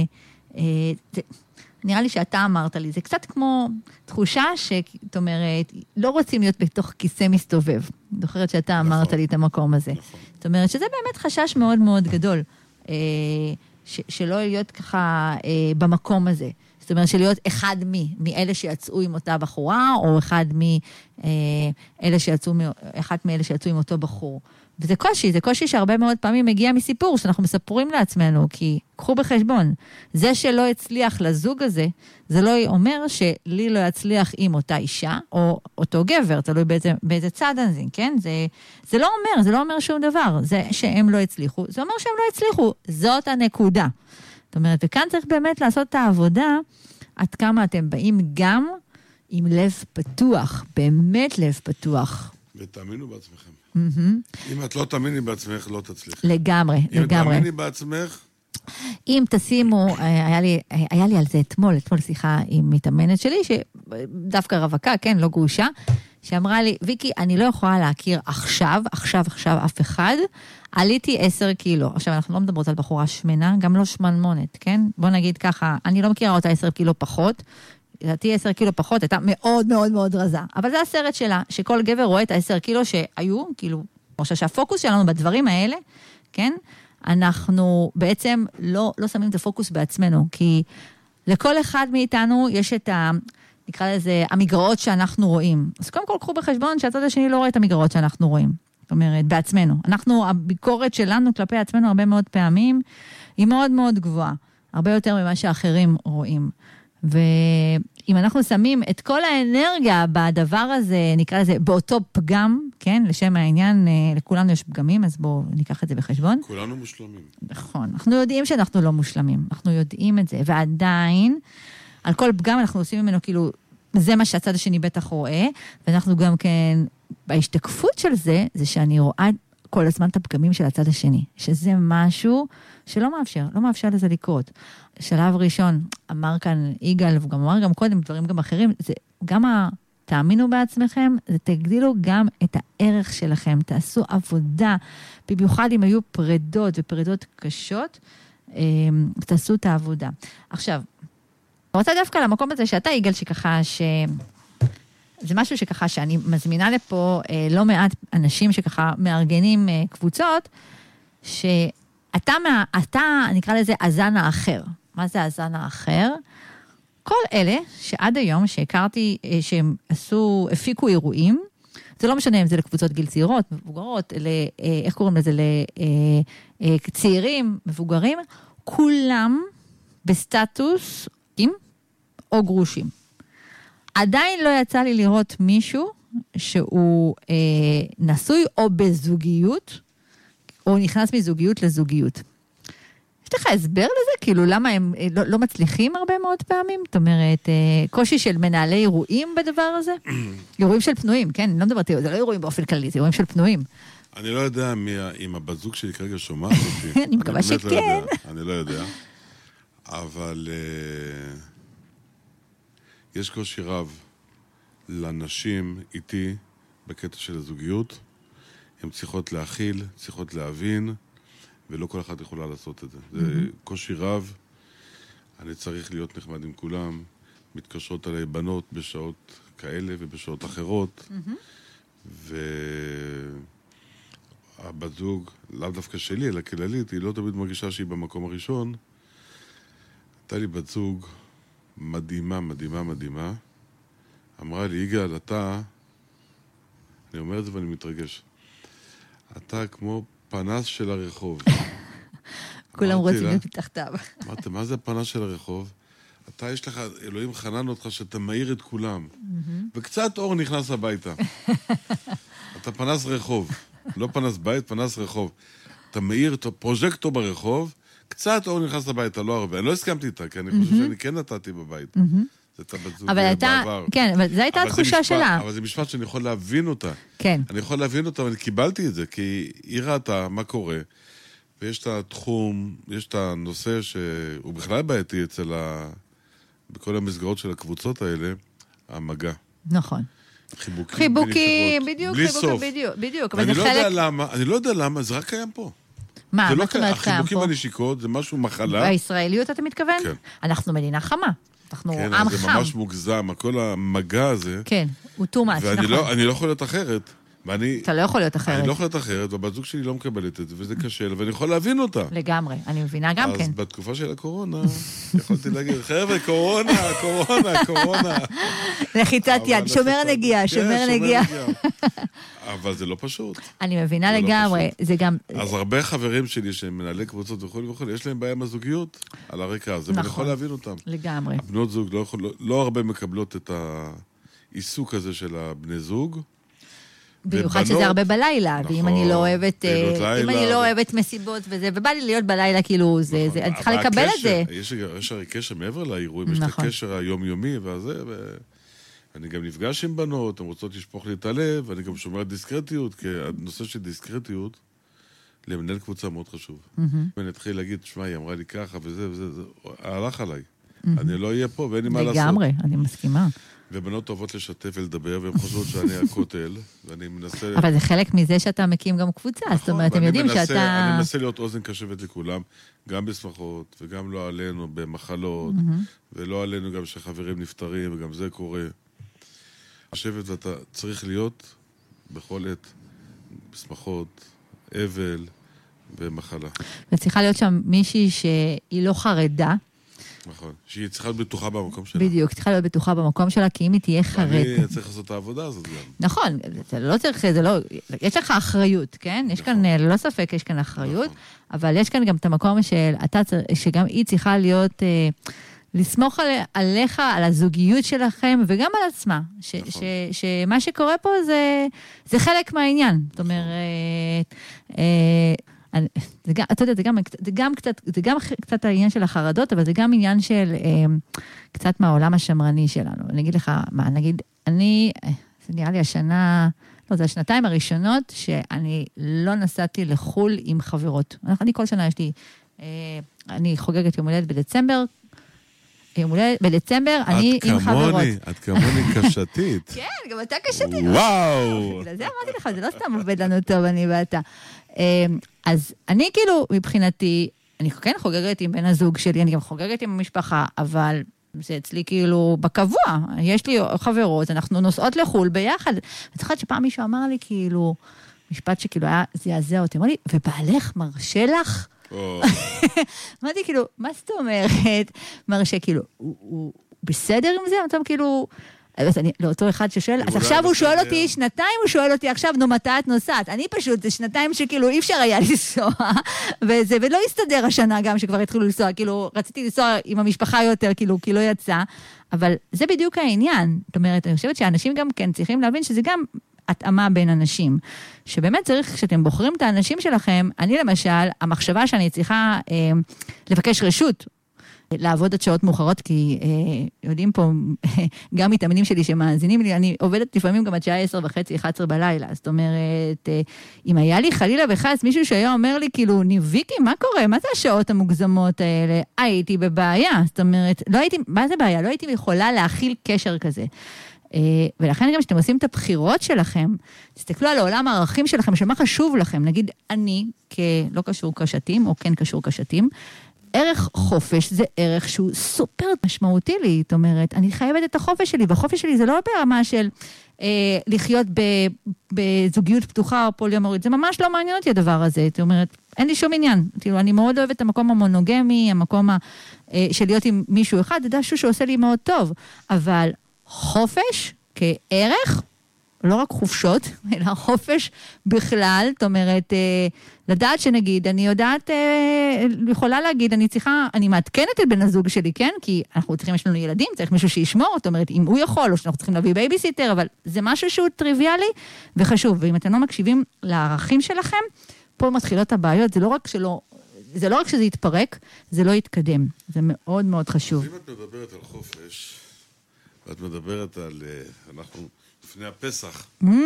נראה לי שאתה אמרת לי, זה קצת כמו תחושה שאת אומרת, לא רוצים להיות בתוך כיסא מסתובב. אני זוכרת שאתה אמרת לי את המקום הזה. זאת אומרת, שזה באמת חשש מאוד מאוד גדול, שלא להיות ככה במקום הזה. זאת אומרת, שלהיות אחד מאלה שיצאו עם אותה בחורה, או אחד מאלה שיצאו עם אותו בחור. וזה קושי שהרבה מאוד פעמים מגיע מסיפור שאנחנו מספרים לעצמנו, כי קחו בחשבון, זה שלא הצליח לזוג הזה, זה לא אומר שלי לא יצליח עם אותה אישה, או אותו גבר, תלוי באיזה צד הזה, כן? זה לא אומר שום דבר, זה שהם לא הצליחו, זה אומר שהם לא הצליחו, זאת הנקודה. זאת אומרת, וכאן צריך באמת לעשות את העבודה, עד כמה אתם באים גם עם לב פתוח, באמת לב פתוח.
ותאמינו בעצמכם. אם את לא תאמיני בעצמך, לא תצליח.
לגמרי.
אם תאמיני בעצמך...
אם תשימו, היה לי על זה אתמול שיחה עם מתאמנת שלי, שדווקא רווקה, כן, לא גרושה, שאמרה לי, ויקי, אני לא יכולה להכיר עכשיו אף אחד, עליתי 10 קילו. עכשיו, אנחנו לא מדברות על בחורה שמנה, גם לא שמנמונת, כן? בוא נגיד ככה, אני לא מכירה אותה 10 קילו פחות, לדעתי 10 קילו פחות, הייתה מאוד מאוד מאוד רזה. אבל זה הסרט שלה, שכל גבר רואה את 10 קילו שהיו, כאילו, כמו שהפוקוס שלנו בדברים האלה, כן? אנחנו בעצם לא שמים את הפוקוס בעצמנו, כי לכל אחד מאיתנו יש את נקרא לזה, המגרעות שאנחנו רואים. אז קודם כל, קחו בחשבון שהצד השני לא רואה את המגרעות שאנחנו רואים. זאת אומרת, בעצמנו. הביקורת שלנו כלפי עצמנו הרבה מאוד פעמים, היא מאוד מאוד גבוהה. הרבה יותר ממה שאחרים רואים. ואם אנחנו שמים את כל האנרגיה בדבר הזה, נקרא לזה, באותו פגם, כן, לשם העניין, לכולנו יש פגמים, אז בואו ניקח את זה בחשבון.
כולנו מושלמים.
נכון. אנחנו יודעים שאנחנו לא מושלמים. אנחנו יודעים את זה. ועדיין, על כל פגם אנחנו עושים ממנו כאילו, זה מה שהצד השני בטח רואה, ואנחנו גם כן, בהשתקפות של זה, זה שאני רואה כל הזמן את הפגמים של הצד השני, שזה משהו שלא מאפשר לזה לקרות. שלב ראשון, אמר כאן יגאל, והוא גם אמר גם קודם, דברים גם אחרים, זה גם תאמינו בעצמכם, זה תגדילו גם את הערך שלכם, תעשו עבודה, במיוחד אם היו פרדות ופרדות קשות, תעשו את העבודה. עכשיו, אני רוצה דווקא למקום הזה שאתה יגאל שככה, זה משהו שככה שאני מזמינה לפה לא מעט אנשים שככה מארגנים קבוצות, שאתה נקרא לזה הזן האחר. מה זה הזן האחר? כל אלה שעד היום שהכרתי, שהם הפיקו אירועים, זה לא משנה אם זה לקבוצות גיל צעירות, מבוגרות, איך קוראים לזה? לצעירים, מבוגרים, כולם בסטטוס או גרושים. עדיין לא יצא לי לראות מישהו שהוא נשוי או בזוגיות, או נכנס מזוגיות לזוגיות. יש לך הסבר לזה? כאילו, למה הם לא מצליחים הרבה מאוד פעמים? זאת אומרת, קושי של מנהלי אירועים בדבר הזה? אירועים של פנויים, כן? אני לא מדברת, זה לא אירועים באופן כללי, זה אירועים של פנויים.
אני לא יודע אם הבת זוג שלי כרגע שומעת אותי.
אני מקווה שכן.
אני לא יודע. אבל יש קושי רב לנשים איתי בקטע של הזוגיות. הן צריכות להכיל, צריכות להבין, ולא כל אחד יכולה לעשות את זה. זה קושי רב. אני צריך להיות נחמד עם כולם. מתקשרות עליי בנות בשעות כאלה ובשעות אחרות. והבת זוג, לאו דווקא שלי, אלא כללית, היא לא תמיד מרגישה שהיא במקום הראשון. הייתה לי בת זוג מדהימה, מדהימה, מדהימה. אמרה לי, יגאל, אני אומר את זה ואני מתרגש. אתה כמו פנס של הרחוב.
כולם רוצים להיות מתחתיו.
אמרתי, מה זה הפנס של הרחוב? יש לך, אלוהים חנן אותך שאתה מאיר את כולם. וקצת אור נכנס הביתה. אתה פנס רחוב. לא פנס בית, פנס רחוב. אתה מאיר את הפרוז'קטור ברחוב, קצת אור נכנס הביתה, לא הרבה. אני לא הסכמתי איתה, כי אני חושב שאני כן נתתי בבית. זה הייתה בת זוג בעבר.
כן, אבל זו הייתה התחושה שלה.
אבל זה משפט שאני יכול להבין אותה.
כן.
אני יכול להבין אותה, ואני קיבלתי את זה, כי היא ראתה מה קורה, ויש את התחום, יש את הנושא שהוא בכלל בעייתי בכל המסגרות של הקבוצות האלה, המגע.
נכון.
חיבוקים,
בדיוק.
אני לא יודע למה, זה רק קיים פה.
מה זאת אומרת קיים פה?
החיבוקים הנשיקות זה משהו מחלה.
בישראליות אתה מתכוון?
כן.
אנחנו מדינה חמה. אנחנו עם חם.
זה ממש מוגזם, כל המגע הזה.
כן, הוא too much, נכון.
ואני לא יכול להיות אחרת.
אתה לא יכול להיות אחרת.
אני לא יכול להיות אחרת, והבת זוג שלי לא מקבלת את זה, וזה קשה, ואני יכול להבין אותה.
לגמרי, אני מבינה גם כן.
אז בתקופה של הקורונה, יכולתי להגיד, חבר'ה, קורונה.
לחיצת יד, שומר נגיעה.
אבל זה לא פשוט.
אני מבינה לגמרי, זה גם...
אז הרבה חברים שלי שהם מנהלי קבוצות וכו', יש להם בעיה עם הזוגיות על הרקע הזה, ואני יכול להבין אותם.
לגמרי.
הבנות זוג לא הרבה מקבלות את העיסוק הזה של הבני זוג,
במיוחד שזה הרבה בלילה, ואם אני לא אוהבת מסיבות וזה, ובא לי להיות בלילה, כאילו, אני צריכה לקבל את זה.
יש הרי קשר מעבר לאירועים, יש את הקשר היומיומי, אני גם נפגש עם בנות, הן רוצות לשפוך לי את הלב, ואני גם שומר דיסקרטיות, כי הנושא של דיסקרטיות, למנהל קבוצה מאוד חשוב. ואני אתחיל להגיד, תשמע, היא אמרה לי ככה וזה וזה, זה הלך עליי. אני לא אהיה פה ואין לי מה לעשות.
לגמרי, אני מסכימה.
ובנות אוהבות לשתף ולדבר, והן חושבות שאני הכותל, ואני מנסה...
אבל זה חלק מזה שאתה מקים גם קבוצה, זאת אומרת, הם יודעים שאתה...
אני מנסה להיות אוזן קשבת לכולם, גם בשמחות, וגם לא עלינו במחלות, ולא עלינו גם שחברים נפטרים, וגם זה קורה. לשבת ואתה צריך להיות בכל עת, בשמחות, אבל ומחלה.
וצריכה להיות שם מישהי שהיא לא חרדה.
נכון, שהיא צריכה להיות בטוחה במקום שלה.
בדיוק, צריכה להיות בטוחה במקום שלה, כי אם היא תהיה חרדה...
אני צריך לעשות את העבודה הזאת גם.
נכון, זה לא צריך, זה לא... יש לך אחריות, כן? יש כאן, ללא ספק, יש כאן אחריות, אבל יש כאן גם את המקום שגם היא צריכה להיות... לסמוך עליך, על הזוגיות שלכם, וגם על עצמה. שמה שקורה פה זה חלק מהעניין. זאת אומרת, אתה יודע, זה גם קצת העניין של החרדות, אבל זה גם עניין של קצת מהעולם השמרני שלנו. אני אגיד לך, מה, נגיד, זה נראה לי השנה, לא, זה השנתיים הראשונות, שאני לא נסעתי לחול עם חברות. אני כל שנה יש לי, אני חוגגת יום הולדת בדצמבר, בדצמבר, אני עם חברות.
את כמוני קשתית.
כן, גם אתה קשתית.
וואו.
בגלל זה אמרתי לך, זה לא סתם עובד לנו טוב, אני ואתה. אז אני כאילו, מבחינתי, אני כן חוגגת עם בן הזוג שלי, אני גם חוגגת עם המשפחה, אבל זה אצלי כאילו בקבוע. יש לי חברות, אנחנו נוסעות לחול ביחד. אני זוכרת שפעם מישהו אמר לי כאילו, משפט שכאילו היה זעזע אותי, אמר לי, ובעלך מרשה לך? אמרתי כאילו, מה זאת אומרת? מרשה כאילו, הוא בסדר עם זה? אמרתי כאילו, לאותו אחד ששואל, אז עכשיו הוא שואל אותי, שנתיים הוא שואל אותי, עכשיו נו מתי את נוסעת? אני פשוט, זה שנתיים שכאילו אי אפשר היה לנסוע, ולא הסתדר השנה גם שכבר התחילו לנסוע, כאילו רציתי לנסוע עם המשפחה יותר, כאילו, כי לא יצא, אבל זה בדיוק העניין. זאת אומרת, אני חושבת שאנשים גם כן צריכים להבין שזה גם התאמה בין אנשים, שבאמת צריך, כשאתם בוחרים את האנשים שלכם, אני למשל, המחשבה שאני צריכה לבקש רשות, לעבוד עד שעות מאוחרות, כי יודעים פה, גם מתאמנים שלי שמאזינים לי, אני עובדת לפעמים גם עד שעה 10:30, 11 בלילה, זאת אומרת, אם היה לי חלילה וחס, מישהו שהיה אומר לי, כאילו, ניביקי, מה קורה? מה זה השעות המוגזמות האלה? הייתי בבעיה, זאת אומרת, לא הייתי, מה זה בעיה? לא הייתי יכולה להכיל קשר כזה. ולכן גם שאתם עושים את הבחירות שלכם, תסתכלו על העולם הערכים שלכם, שמה חשוב לכם, נגיד אני, לא קשור קשתים, או כן קשור קשתים, ערך חופש זה ערך שהוא סופר משמעותי לי, זאת אומרת, אני חייבת את החופש שלי, והחופש שלי זה לא ברמה של לחיות בזוגיות פתוחה או פוליומורית, זה ממש לא מעניין אותי הדבר הזה, זאת אומרת, אין לי שום עניין, כאילו, אני מאוד אוהבת את המקום המונוגמי, המקום של להיות עם מישהו אחד, זה משהו שעושה לי מאוד טוב, אבל חופש כערך, לא רק חופשות, אלא חופש בכלל, זאת אומרת, לדעת שנגיד, אני יודעת, יכולה להגיד, אני מעדכנת את בן הזוג שלי, כן? כי אנחנו צריכים, יש לנו ילדים, צריך מישהו שישמור, זאת אומרת, אם הוא יכול, או שאנחנו צריכים להביא בייביסיטר, אבל זה משהו שהוא טריוויאלי וחשוב, ואם אתם לא מקשיבים לערכים שלכם, פה מתחילות הבעיות, זה לא רק שזה יתפרק, זה לא יתקדם, זה מאוד מאוד חשוב.
אם את מדברת על חופש, ואת מדברת על, אנחנו לפני הפסח.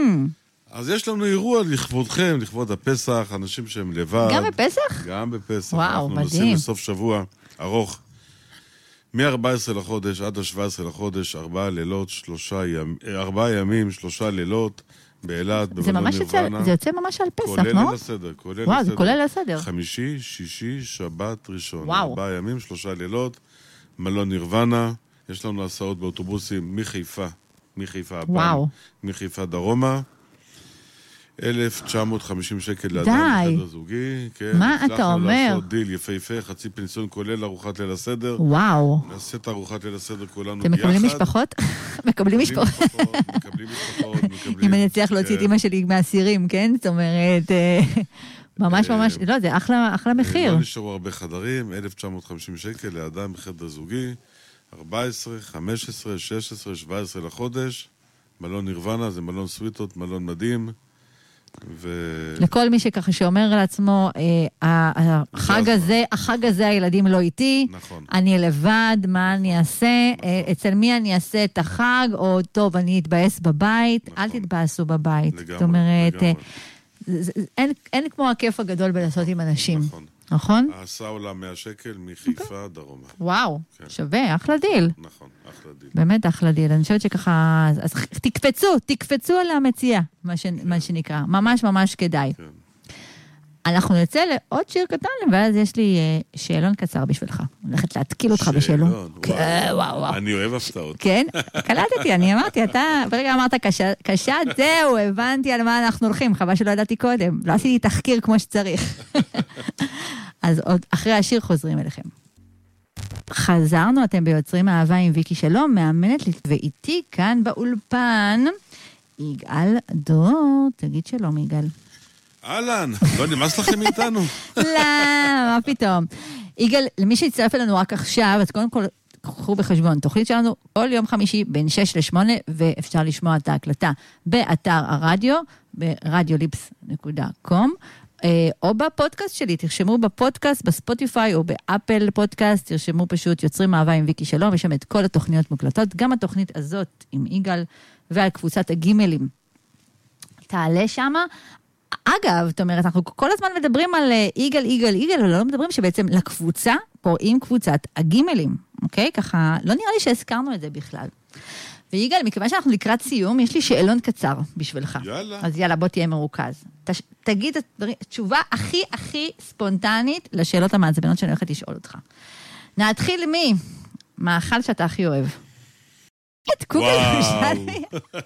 אז יש לנו אירוע לכבודכם, לכבוד הפסח, אנשים שהם לבד.
גם בפסח?
גם בפסח.
וואו, מדהים.
אנחנו נוסעים לסוף שבוע ארוך. מ-14 לחודש עד ה-17 לחודש, 4 ימים, 3 לילות, באילת, במלון נירוונה.
זה יוצא ממש על פסח, לא?
כולל הסדר,
וואו, זה כולל הסדר.
חמישי, שישי, שבת, ראשון.
וואו.
4 ימים, 3 לילות, מלון נירוונה. יש לנו הסעות באוטובוסים מחיפה הפעם, מחיפה דרומה, 1,950 שקל לאדם בחדר זוגי. כן,
מה אתה אומר?
הצלחנו לעשות דיל יפהפה, חצי פנסיון כולל ארוחת ליל הסדר.
וואו.
נעשה את ארוחת ליל הסדר כולנו
ביחד. אתם מקבלים משפחות? מקבלים משפחות.
מקבלים משפחות.
אם אני אצליח להוציא את אמא שלי מהסירים, כן? זאת אומרת, ממש, לא, זה אחלה מחיר.
לא נשארו הרבה חדרים, 1,950 שקל לאדם בחדר זוגי. 14, 15, 16, 17 לחודש, מלון נירוונה, זה מלון סוויטות, מלון מדהים,
לכל מי שככה שאומר לעצמו, החג הזה הילדים לא איתי, אני לבד, מה אני אעשה, אצל מי אני אעשה את החג, או טוב, אני אתבאס בבית, אל תתבאסו בבית. זאת אומרת, אין כמו הכיף הגדול בלעשות עם אנשים. נכון?
העשה עולה 100 שקל מחיפה דרומה.
וואו, שווה, אחלה דיל.
נכון, אחלה דיל.
באמת אחלה דיל. אני חושבת שככה, אז תקפצו על המציאה, מה שנקרא. ממש ממש כדאי. אנחנו נצא לעוד שיר קטן, ואז יש לי שאלון קצר בשבילך. אני הולכת להתקיל אותך בשאלון.
וואו. אני אוהב הפתעות.
כן, קלטתי, אני אמרתי, אתה ברגע אמרת קשה, זהו, הבנתי על מה אנחנו הולכים, חבל שלא ידעתי קודם. לא עשיתי תחקיר כמו שצריך. אז עוד אחרי השיר חוזרים אליכם. חזרנו, אתם ביוצרים אהבה עם ויקי שלום, מאמנת לי, ואיתי כאן באולפן, יגאל דור, תגיד שלום יגאל.
אהלן, לא נמאס לכם איתנו?
לא, מה פתאום. יגאל, למי שיצטרף אלינו רק עכשיו, אז קודם כל, קחו בחשבון, תוכנית שלנו כל יום חמישי בין 6 ל-8, ואפשר לשמוע את ההקלטה באתר הרדיו, ברדיוליפס.com, או בפודקאסט שלי, תרשמו בפודקאסט, בספוטיפיי או באפל פודקאסט, תרשמו פשוט יוצרים אהבה עם ויקי שלום, יש שם את כל התוכניות מוקלטות, גם התוכנית הזאת עם יגאל ועל קבוצת הגימלים. תעלה שמה. אגב, זאת אומרת, אנחנו כל הזמן מדברים על יגאל, אבל לא מדברים שבעצם לקבוצה קוראים קבוצת הגימלים, אוקיי? ככה, לא נראה לי שהזכרנו את זה בכלל. ויגאל, מכיוון שאנחנו לקראת סיום, יש לי שאלון קצר בשבילך.
יאללה.
אז יאללה, בוא תהיה מרוכז. תגיד תשובה הכי ספונטנית לשאלות המעצבנות שאני הולכת לשאול אותך. נתחיל מאכל שאתה הכי אוהב. את קוקל ירושלמי.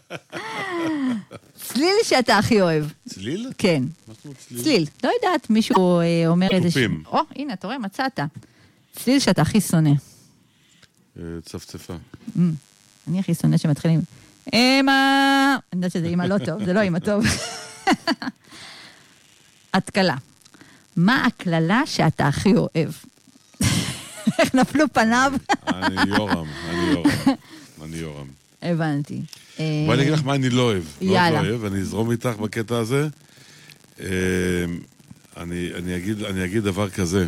צליל שאתה הכי אוהב.
צליל?
כן. צליל. לא יודעת, מישהו אומר איזה...
תופים.
הנה, אתה רואה, מצאת. צליל שאתה הכי שונא.
צפצפה.
אני הכי שונא שמתחילים. אמא... אני יודעת שזה אמא לא טוב, זה לא אמא טוב. התקלה. מה הכללה שאתה הכי אוהב? איך נפלו פניו?
אני יורם.
הבנתי.
בואי אני אגיד לך מה אני לא אוהב.
יאללה.
אני אזרום איתך בקטע הזה. אני אגיד דבר כזה,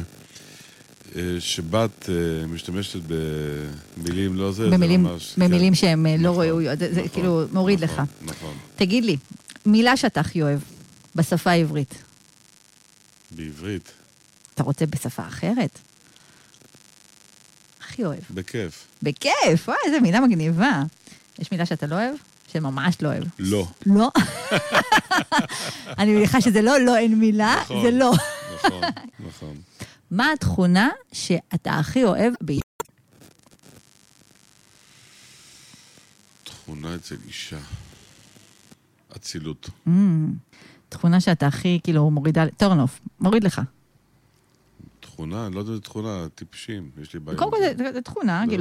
שבת משתמשת במילים לא זה,
במילים שהן לא ראויות, זה כאילו מוריד לך.
נכון.
תגיד לי, מילה שאתה הכי אוהב, בשפה העברית.
בעברית.
אתה רוצה בשפה אחרת? הכי אוהב.
בכיף.
בכיף, וואי, איזה מילה מגניבה. יש מילה שאתה לא אוהב? שממש לא אוהב.
לא.
לא? אני מניחה שזה לא אין מילה, זה לא.
נכון.
מה התכונה שאתה הכי אוהב בעברית?
תכונה אצל אישה. אצילות.
תכונה שאתה הכי, כאילו, מורידה, טורנוף, מוריד לך.
תכונה, אני לא יודע, תכונה, טיפשים, יש לי בעיה.
קודם כל, זה תכונה,